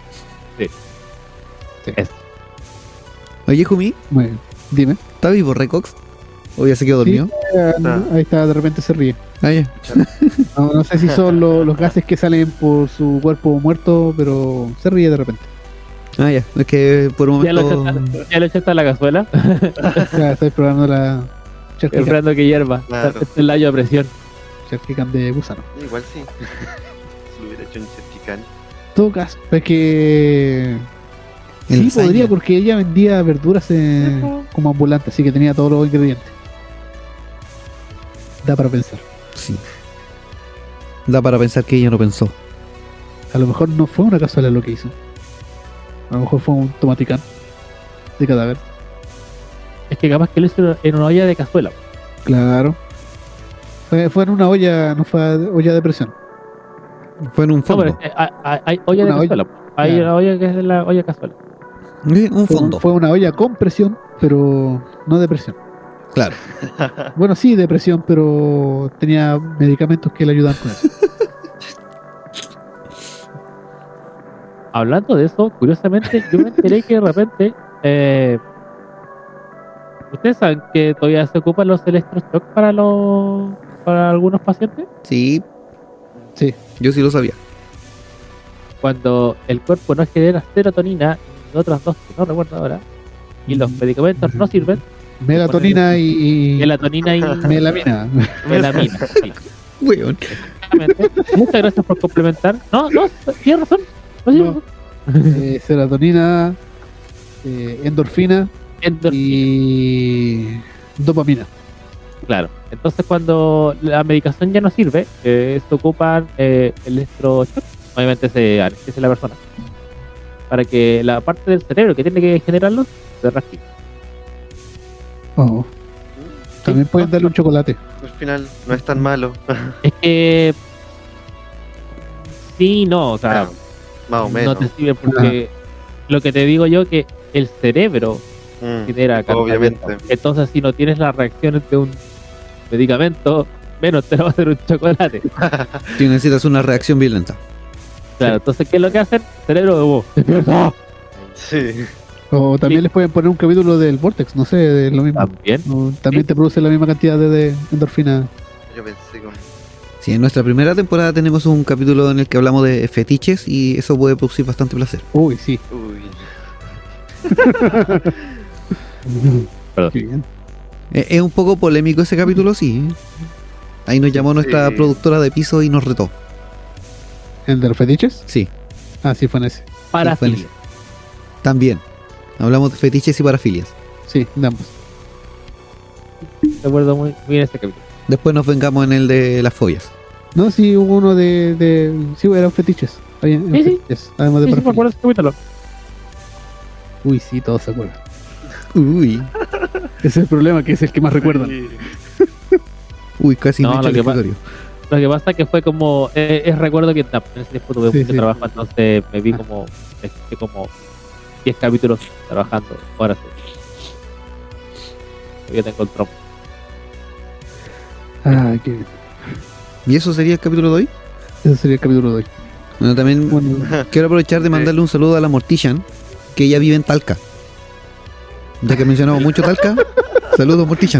eso. Oye, Jumi, Bueno, dime. ¿está vivo Recox? ¿O ya se quedó dormido? Ah, Está. Ahí está, de repente se ríe. Ah, ya. No, no sé si son lo- los gases que salen por su cuerpo muerto, pero se ríe de repente. Ah, ya. Es que por un Ya lo momento... echaste, ya lo echaste a la cazuela, Ya estoy probando la charquicán, esperando que hierva. Claro. Este es el layo a presión. charquicán de gusano. Igual sí. Si lo hubiera hecho en Cherkicán. En todo caso, es que en sí lasaña. podría, porque ella vendía verduras eh, como ambulante, así que tenía todos los ingredientes. Da para pensar. Sí. Da para pensar que ella no pensó. A lo mejor no fue una cazuela lo que hizo. A lo mejor fue un tomaticán de cadáver. Es que capaz que lo hizo en una olla de cazuela. Claro. Fue, fue en una olla, no fue olla de presión. Fue en un No, fondo. pero es que hay, hay- hay olla de Una olla. cazuela. Hay Claro. una olla que es de la olla cazuela. Eh, Un Fue, fondo. fue una olla con presión, pero no de presión. Claro. Bueno, sí, de presión, pero tenía medicamentos que le ayudaban con eso. Hablando de eso, curiosamente, yo me enteré que de repente. Eh, ¿Ustedes saben que todavía se ocupan los electroshock para los para algunos pacientes? Sí, Sí. yo sí lo sabía. Cuando el cuerpo no genera serotonina y otras dos que no recuerdo ahora, y los medicamentos no sirven, Melatonina y, y melatonina y melamina. melamina. Sí, Weón. exactamente. Muchas gracias por complementar. No, no, tienes razón. No, tienes No. razón. eh, serotonina, eh, endorfina Endorfina. y dopamina. Claro. Entonces, cuando la medicación ya no sirve, eh, se ocupan eh, electroshock. Obviamente se anestesia a la persona para que la parte del cerebro que tiene que generarlos se reactive. Oh. También Sí. pueden darle un chocolate. Al final no es tan malo. Es que sí, no, o sea, Claro, más o no menos. te sirve porque lo que te digo yo que el cerebro Mm, genera obviamente. cargamento. Entonces, si no tienes las reacciones de un medicamento, menos te lo va a hacer un chocolate. Si necesitas una reacción violenta. Claro, entonces, ¿qué es lo que hacen? Cerebro de vos. ¡Despierta! Sí. O también Sí. les pueden poner un capítulo del Vortex, no sé, de lo mismo. También. O también Sí. te produce la misma cantidad de, de endorfina. Yo pensé con. Sí, en nuestra primera temporada tenemos un capítulo en el que hablamos de fetiches y eso puede producir bastante placer. Uy, sí. Uy. Perdón. Qué bien. Eh, Es un poco polémico ese capítulo, sí. Ahí nos llamó nuestra Sí. productora de piso y nos retó. ¿El de los fetiches? Sí, Ah, sí, fue en ese. Parafilia. también. Hablamos de fetiches y parafilias. Sí, de ambos. Recuerdo muy muy bien ese capítulo. Después nos vengamos en el de las fobias. No, sí, hubo uno de. de sí, eran fetiches. Había- Sí, sí. fetiches, además de Sí, sí, me parafilia. acuerdo de ese capítulo. Uy, sí, todos se acuerdan. Uy, Ese es el problema, que es el que más recuerdan. Sí. uy, casi No, me echo lo el que pa- escritorio. Lo que pasa es que fue como, eh, es recuerdo que en ese tiempo tuve Sí, mucho sí. trabajo, entonces me vi como, este, como diez capítulos trabajando, ahora sí. Yo tengo el trompo. Ah, qué bien. ¿Y eso sería el capítulo de hoy? Ese sería el capítulo de hoy. Bueno, también Bueno, quiero aprovechar de mandarle un saludo a la Mortician, que ella vive en Talca. Ya que mencionamos mucho Talca, saludos Mortician,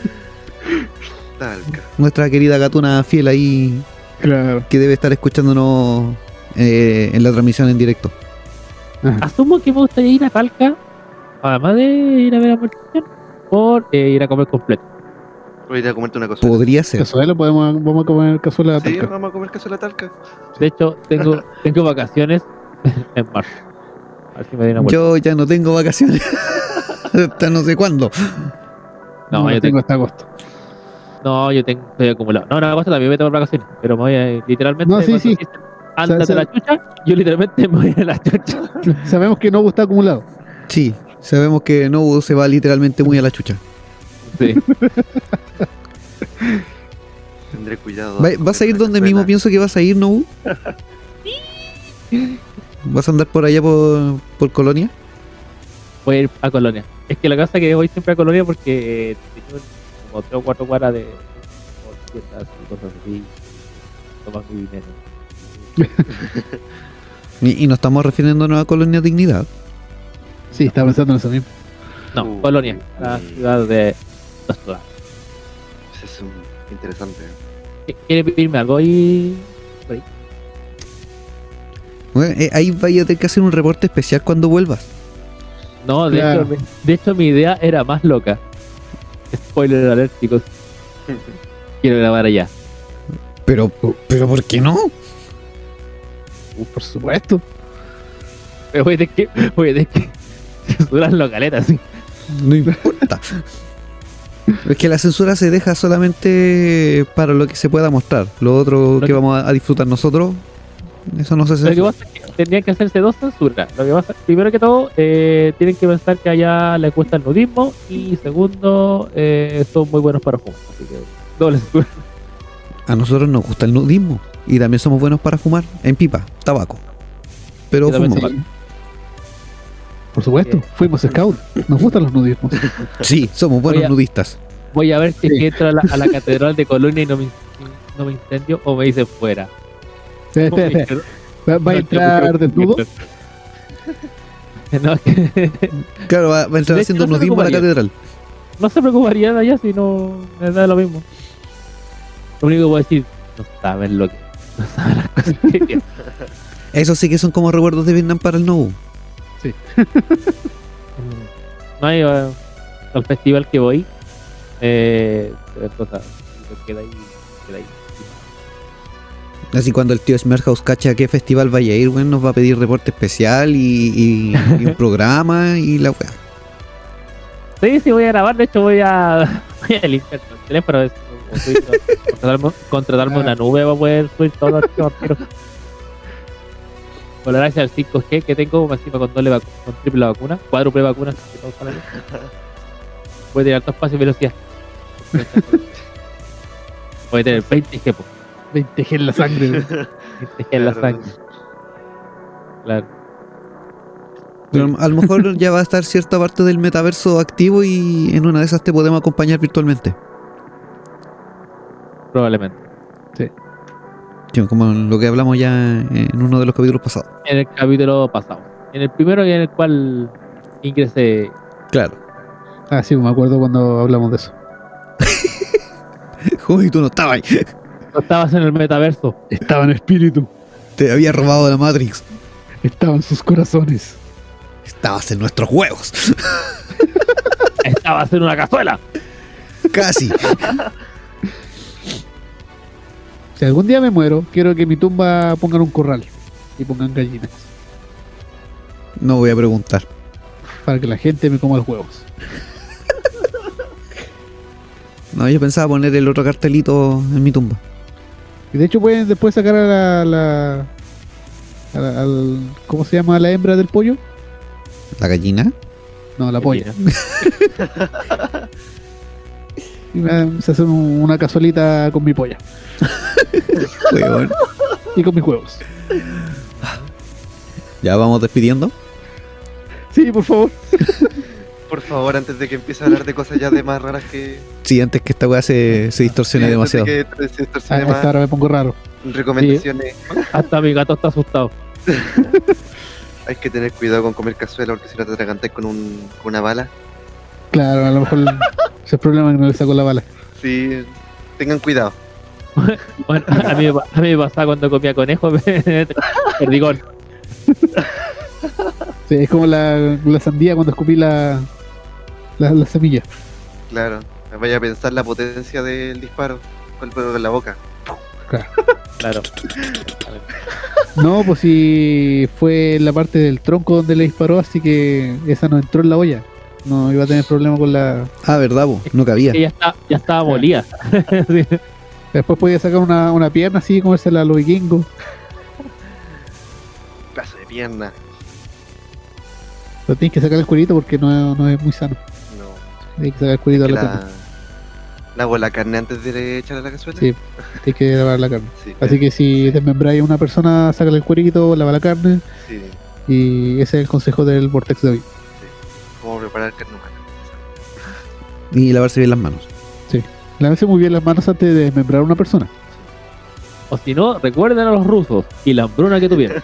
Talca. nuestra querida gatuna fiel ahí, claro. que debe estar escuchándonos eh, en la transmisión en directo. Ajá. Asumo que me gustaría ir a Talca, además de ir a ver a Morticia, por eh, ir a comer completo. Voy a ir a comerte una cosa. Podría ser. Cazuela, podemos, vamos a comer cazuela de Sí, Talca. vamos a comer cazuela talca. De hecho, tengo, tengo vacaciones en marzo. A ver si me doy una vuelta. Yo ya no tengo vacaciones hasta no sé cuándo. No, No, yo yo tengo hasta agosto. No, yo tengo, estoy acumulado. No, en agosto también voy a tomar vacaciones, pero me voy a, literalmente, No, sí, cuando sí. dicen, ándate O sea, la chucha, yo literalmente me voy a la chucha. Sabemos que no está acumulado. Sí, sabemos que Nobu se va literalmente muy a la chucha. Sí. Tendré cuidado. Va- ¿Vas a ir donde mismo pienso que vas a ir, Nobu? ¿Vas a andar por allá por, por Colonia? Voy a ir a Colonia. Es que la cosa es que voy siempre a Colonia porque eh, tengo como tres o cuatro cuadras de como tiendas y cosas así. Toman mi dinero. Y, y nos estamos refiriéndonos a Colonia Dignidad. Sí, estaba pensando en eso mismo. No, Uh, Colonia, la uh. ciudad de los ciudadanos. Ese es un interesante. ¿Quiere pedirme algo ahí? Por ahí? Bueno, eh, ahí vaya a tener que hacer un reporte especial cuando vuelvas. No, de, Claro. hecho, mi- de hecho mi idea era más loca. Spoiler alert, chicos. Quiero grabar allá. Pero, pero ¿por qué no? Uh, por supuesto. Pero voy a tener que, voy a tener que censurar los caletas, sí. No importa. Es que la censura se deja solamente para lo que se pueda mostrar. Lo otro Lo que que- vamos a, a disfrutar nosotros, eso no se Lo que censura. pasa es que tendrían que hacerse dos censuras. Lo que pasa, primero que todo, eh, tienen que pensar que allá les gusta el nudismo. Y segundo, eh, son muy buenos para fumar. Así que doble censura. A nosotros nos gusta el nudismo y también somos buenos para fumar en pipa, tabaco. Pero Yo también fumamos. soy- Por supuesto. Bien. Fuimos scout. Nos gustan los nudismos. Sí, somos buenos Voy a- nudistas. Voy a ver si es Sí. que entro a la, a la catedral de Colonia y no me, no me incendio o me dicen fuera. Espera, espera, espera. ¿Va, va a entrar desnudo? No, es que Claro, va, va a entrar De haciendo hecho, no se nudismo a la preocuparía. catedral. no se preocuparía de allá si no me da lo mismo. Lo único que voy a decir, no saben lo que. No saben las cosas que tienen. Eso sí que son como recuerdos de Vietnam para el Nobu. No hay eh, al festival que voy. Eh, de ver cosas. y queda ahí, queda ahí. Así cuando el tío Smerhouse cacha a qué festival vaya a ir, bueno, nos va a pedir reporte especial y, y- y un programa y la weá. Sí, sí, voy a grabar. De hecho, voy a, voy a limpiar con el teléfono. es como subir- contratarme, contratarme una nube para poder subir todos los archivos. Pero con la gracia del cinco G que tengo, más encima con, doble vacu- con triple vacuna, cuádruple vacuna, que todos saben. Voy a tener alto espacio y velocidad. Voy a tener veinte G, po. veinte G en la sangre. güey. veinte G en la Claro. sangre. Claro. Pero a lo mejor ya va a estar cierta parte del metaverso activo y en una de esas te podemos acompañar virtualmente. Probablemente. Sí, como lo que hablamos ya en uno de los capítulos pasados. En el capítulo pasado. En el primero y en el cual ingresé. Claro. Ah, sí, me acuerdo cuando hablamos de eso. Uy, tú no estabas ahí. No estabas en el metaverso. Estaba en espíritu. Te había robado la Matrix. Estaba en sus corazones. Estabas en nuestros juegos. Estabas en una cazuela. Casi. Si algún día me muero, quiero que en mi tumba pongan un corral y pongan gallinas No voy a preguntar. para que la gente me coma los huevos. No, yo pensaba poner el otro cartelito en mi tumba. Y de hecho pueden después sacar a la, la- a la- al, ¿cómo se llama la hembra del pollo? ¿La gallina? No, la polla. Y me, se hace un- una cazuelita con mi polla. Weón. Y con mis huevos. Ya vamos despidiendo. Sí, por favor. Por favor, antes de que empiece a hablar de cosas ya de más raras que... Sí, antes que esta weá se, se distorsione Sí, antes de demasiado. que se A distorsione esta más, hora me pongo raro. recomendaciones. Hasta mi gato está asustado. Hay que tener cuidado con comer cazuela porque si no te atragantáis con, un, con una bala. Claro, a lo mejor ese es el problema que no le saco la bala. Sí, tengan cuidado. Bueno, a mí, me pa- a mí me pasaba cuando comía conejo, perdigón. Sí, es como la, la sandía cuando escupí la, la, la semilla. Claro, vaya a pensar la potencia del disparo con el pelo en la boca. Claro. No, pues sí, fue en la parte del tronco donde le disparó, así que esa no entró en la olla. No iba a tener problema con la... Ah, verdad, po, no cabía. Que ya, está, ya estaba molida. Sí. Después podía sacar una, una pierna así, comérsela a los vikingos. Pedazo de pierna. Pero tienes que sacar el cuerito porque no, no es muy sano. No. Tienes que sacar el cuerito a Que la la, pierna. lavo la carne antes de echarle a la cazuela. Sí, tienes que lavar la carne. Sí, Así que si desmembráis a una persona, sácale el cuerito, lava la carne. sí. Y ese es el consejo del Vortex de hoy. Cómo preparar carne humana. Y lavarse bien las manos. Lávense muy bien las manos antes de desmembrar a una persona. O si no, recuerden a los rusos y la hambruna que tuvieron.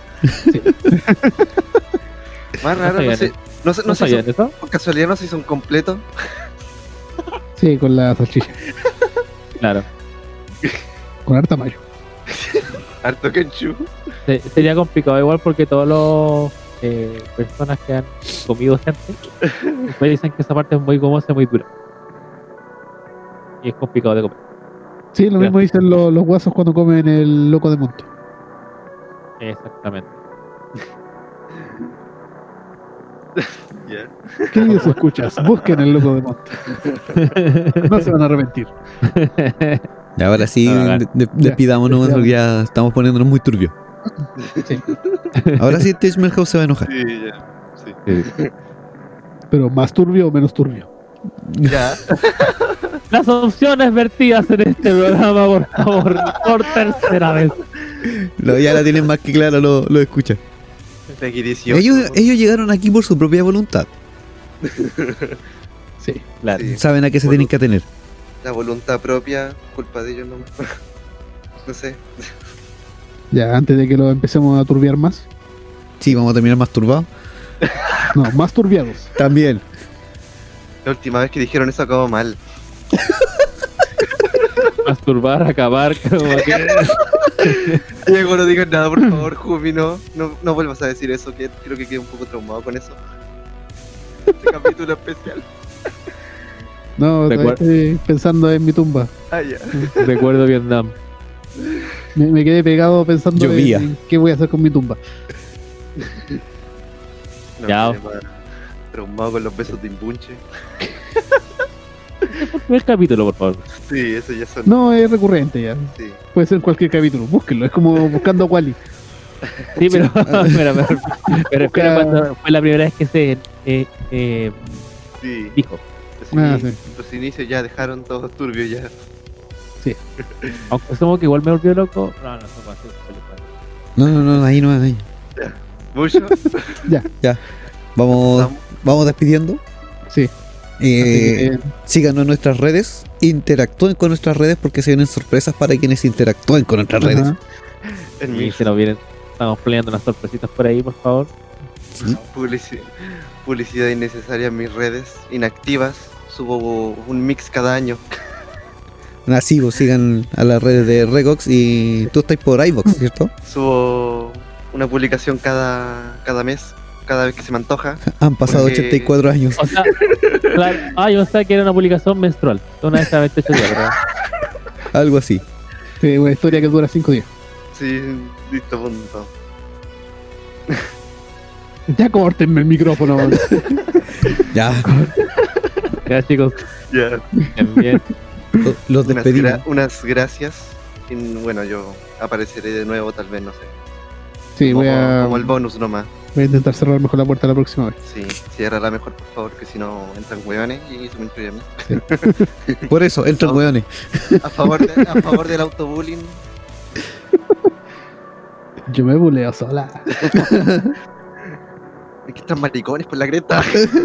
Más raro, no sabían sé. eso. No sé, no ¿No sé sabían si eso? por casualidad no sé si son completos. Sí, con la salchicha. Claro. Con harta mayo. Harto ketchup. Se- sería complicado igual porque todos los eh, personas que han comido gente me dicen que esa parte es muy gomosa y muy dura. Y es complicado de comer. Sí, lo Ya. mismo dicen los, los guasos cuando comen el loco de monto. Exactamente. Ya. Queridos escuchas, busquen el loco de monto. No se van a arrepentir. Y ahora sí, Ah, bacán. de- de- despidámonos porque ya estamos poniéndonos muy turbios. Sí. Ahora sí, Tishman House se va a enojar. Sí, ya. Sí. Pero más turbio o menos turbio. Ya. Las opciones vertidas en este programa, por favor, por tercera vez. No, ya la tienen más que clara, lo, lo escuchan. Peggy dieciocho. Ellos, ellos llegaron aquí por su propia voluntad. Sí. Claro. Sí. Saben a qué se Bueno. tienen que atener. La voluntad propia, culpa de ellos no. No sé. Ya, antes de que lo empecemos a turbiar más. Sí, vamos a terminar más turbados. No, más turbiados. También. La última vez que dijeron eso acabó mal. Masturbar, acabar, como que... Diego, no digas nada, por favor, Jumi, no, no, no vuelvas a decir eso, que creo que quedé un poco traumado con eso. Este capítulo especial. No, todavía Recuer- estoy pensando en mi tumba. Ah, ya. Recuerdo Vietnam. Me, me quedé pegado pensando en, Llovía. en qué voy a hacer con mi tumba. No, Ya. quedé más traumado con los besos de Imbunche. El capítulo, por favor. Sí, eso ya son. No, es recurrente ya. Sí. Puede ser en cualquier capítulo. Búsquenlo. Es como buscando a Wally. Sí, pero, pero, pero, pero espera, Busca- cuando fue la primera vez que se eh, eh, Sí. dijo. Los, Ah, ini- sí. los inicios ya dejaron todos turbios ya. Aunque somos que igual me volvió loco. No, no, somos así. No, no, no, ahí no es ahí. Mucho. Vamos, Vamos. vamos despidiendo. Sí. Eh, Así que, síganos en nuestras redes. Interactúen con nuestras redes porque se vienen sorpresas para quienes interactúen con nuestras redes. ajá. En Y mi se nos vienen. Estamos planeando unas sorpresitas por ahí, por favor. Sí. publici- publicidad innecesaria en mis redes inactivas. Subo un mix cada año. Así, vos sigan a las redes de Regox y tú estás por iVox, ¿cierto? Subo una publicación cada, cada mes, cada vez que se me antoja. Han pasado Porque- ochenta y cuatro años. O sea, claro. Ah, yo pensaba que era una publicación menstrual. Una vez cada veintiocho días, ¿verdad? Algo así. Sí, una historia que dura cinco días. Sí, listo, punto. Ya córtenme el micrófono. Ya, Ya, chicos, Ya. bien, bien. lo- los Unas, despedimos. gra- unas gracias. Y bueno, yo apareceré de nuevo, tal vez, no sé. Sí, como, voy a, como el bonus nomás. voy a intentar cerrar mejor la puerta la próxima vez. Sí, ciérrala mejor, por favor, que si no entran hueones y se me incluye a mí. Por eso, entran No. weones. A favor, de- a favor del autobullying, Yo me buleo sola. Es que están maricones por la creta.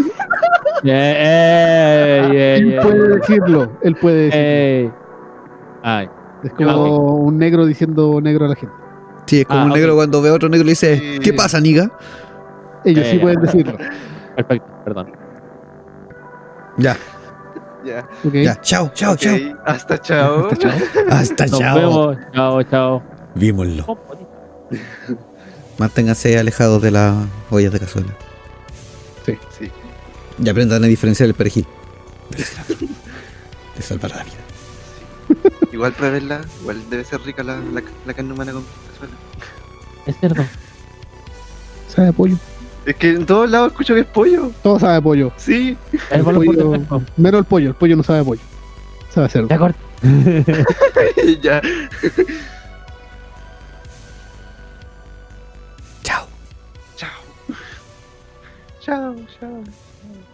Yeah, yeah, Él yeah, puede yeah. decirlo, él puede decirlo. Ey. Ay, Es como un negro diciendo negro a la gente. Sí, es como Ah, un negro ok. cuando ve a otro negro y le dice, Sí. ¿qué pasa, niga? Ellos sí Eh. pueden decirlo. perfecto, perdón. Ya, Ya. ¿Ok? ya, chao, chao, Ok, chao. hasta chao. Hasta chao. Hasta Nos chao. vemos. Chao, chao. Vímoslo. Oh, bonito. Manténganse alejados de las ollas de cazuela. Sí. Y aprendan a diferenciar el perejil. Le salvará la vida. Igual pruébenla. Igual debe ser rica la, la, la carne humana con cazuela. Es cerdo. Sabe a pollo. Es que en todos lados escucho que es pollo. Todo sabe a pollo. Sí. El valor por pollo- defecto. Menos el pollo. El pollo no sabe a pollo. Sabe a cerdo. Ya corta. ya. Chao. Chao. Chao, chao.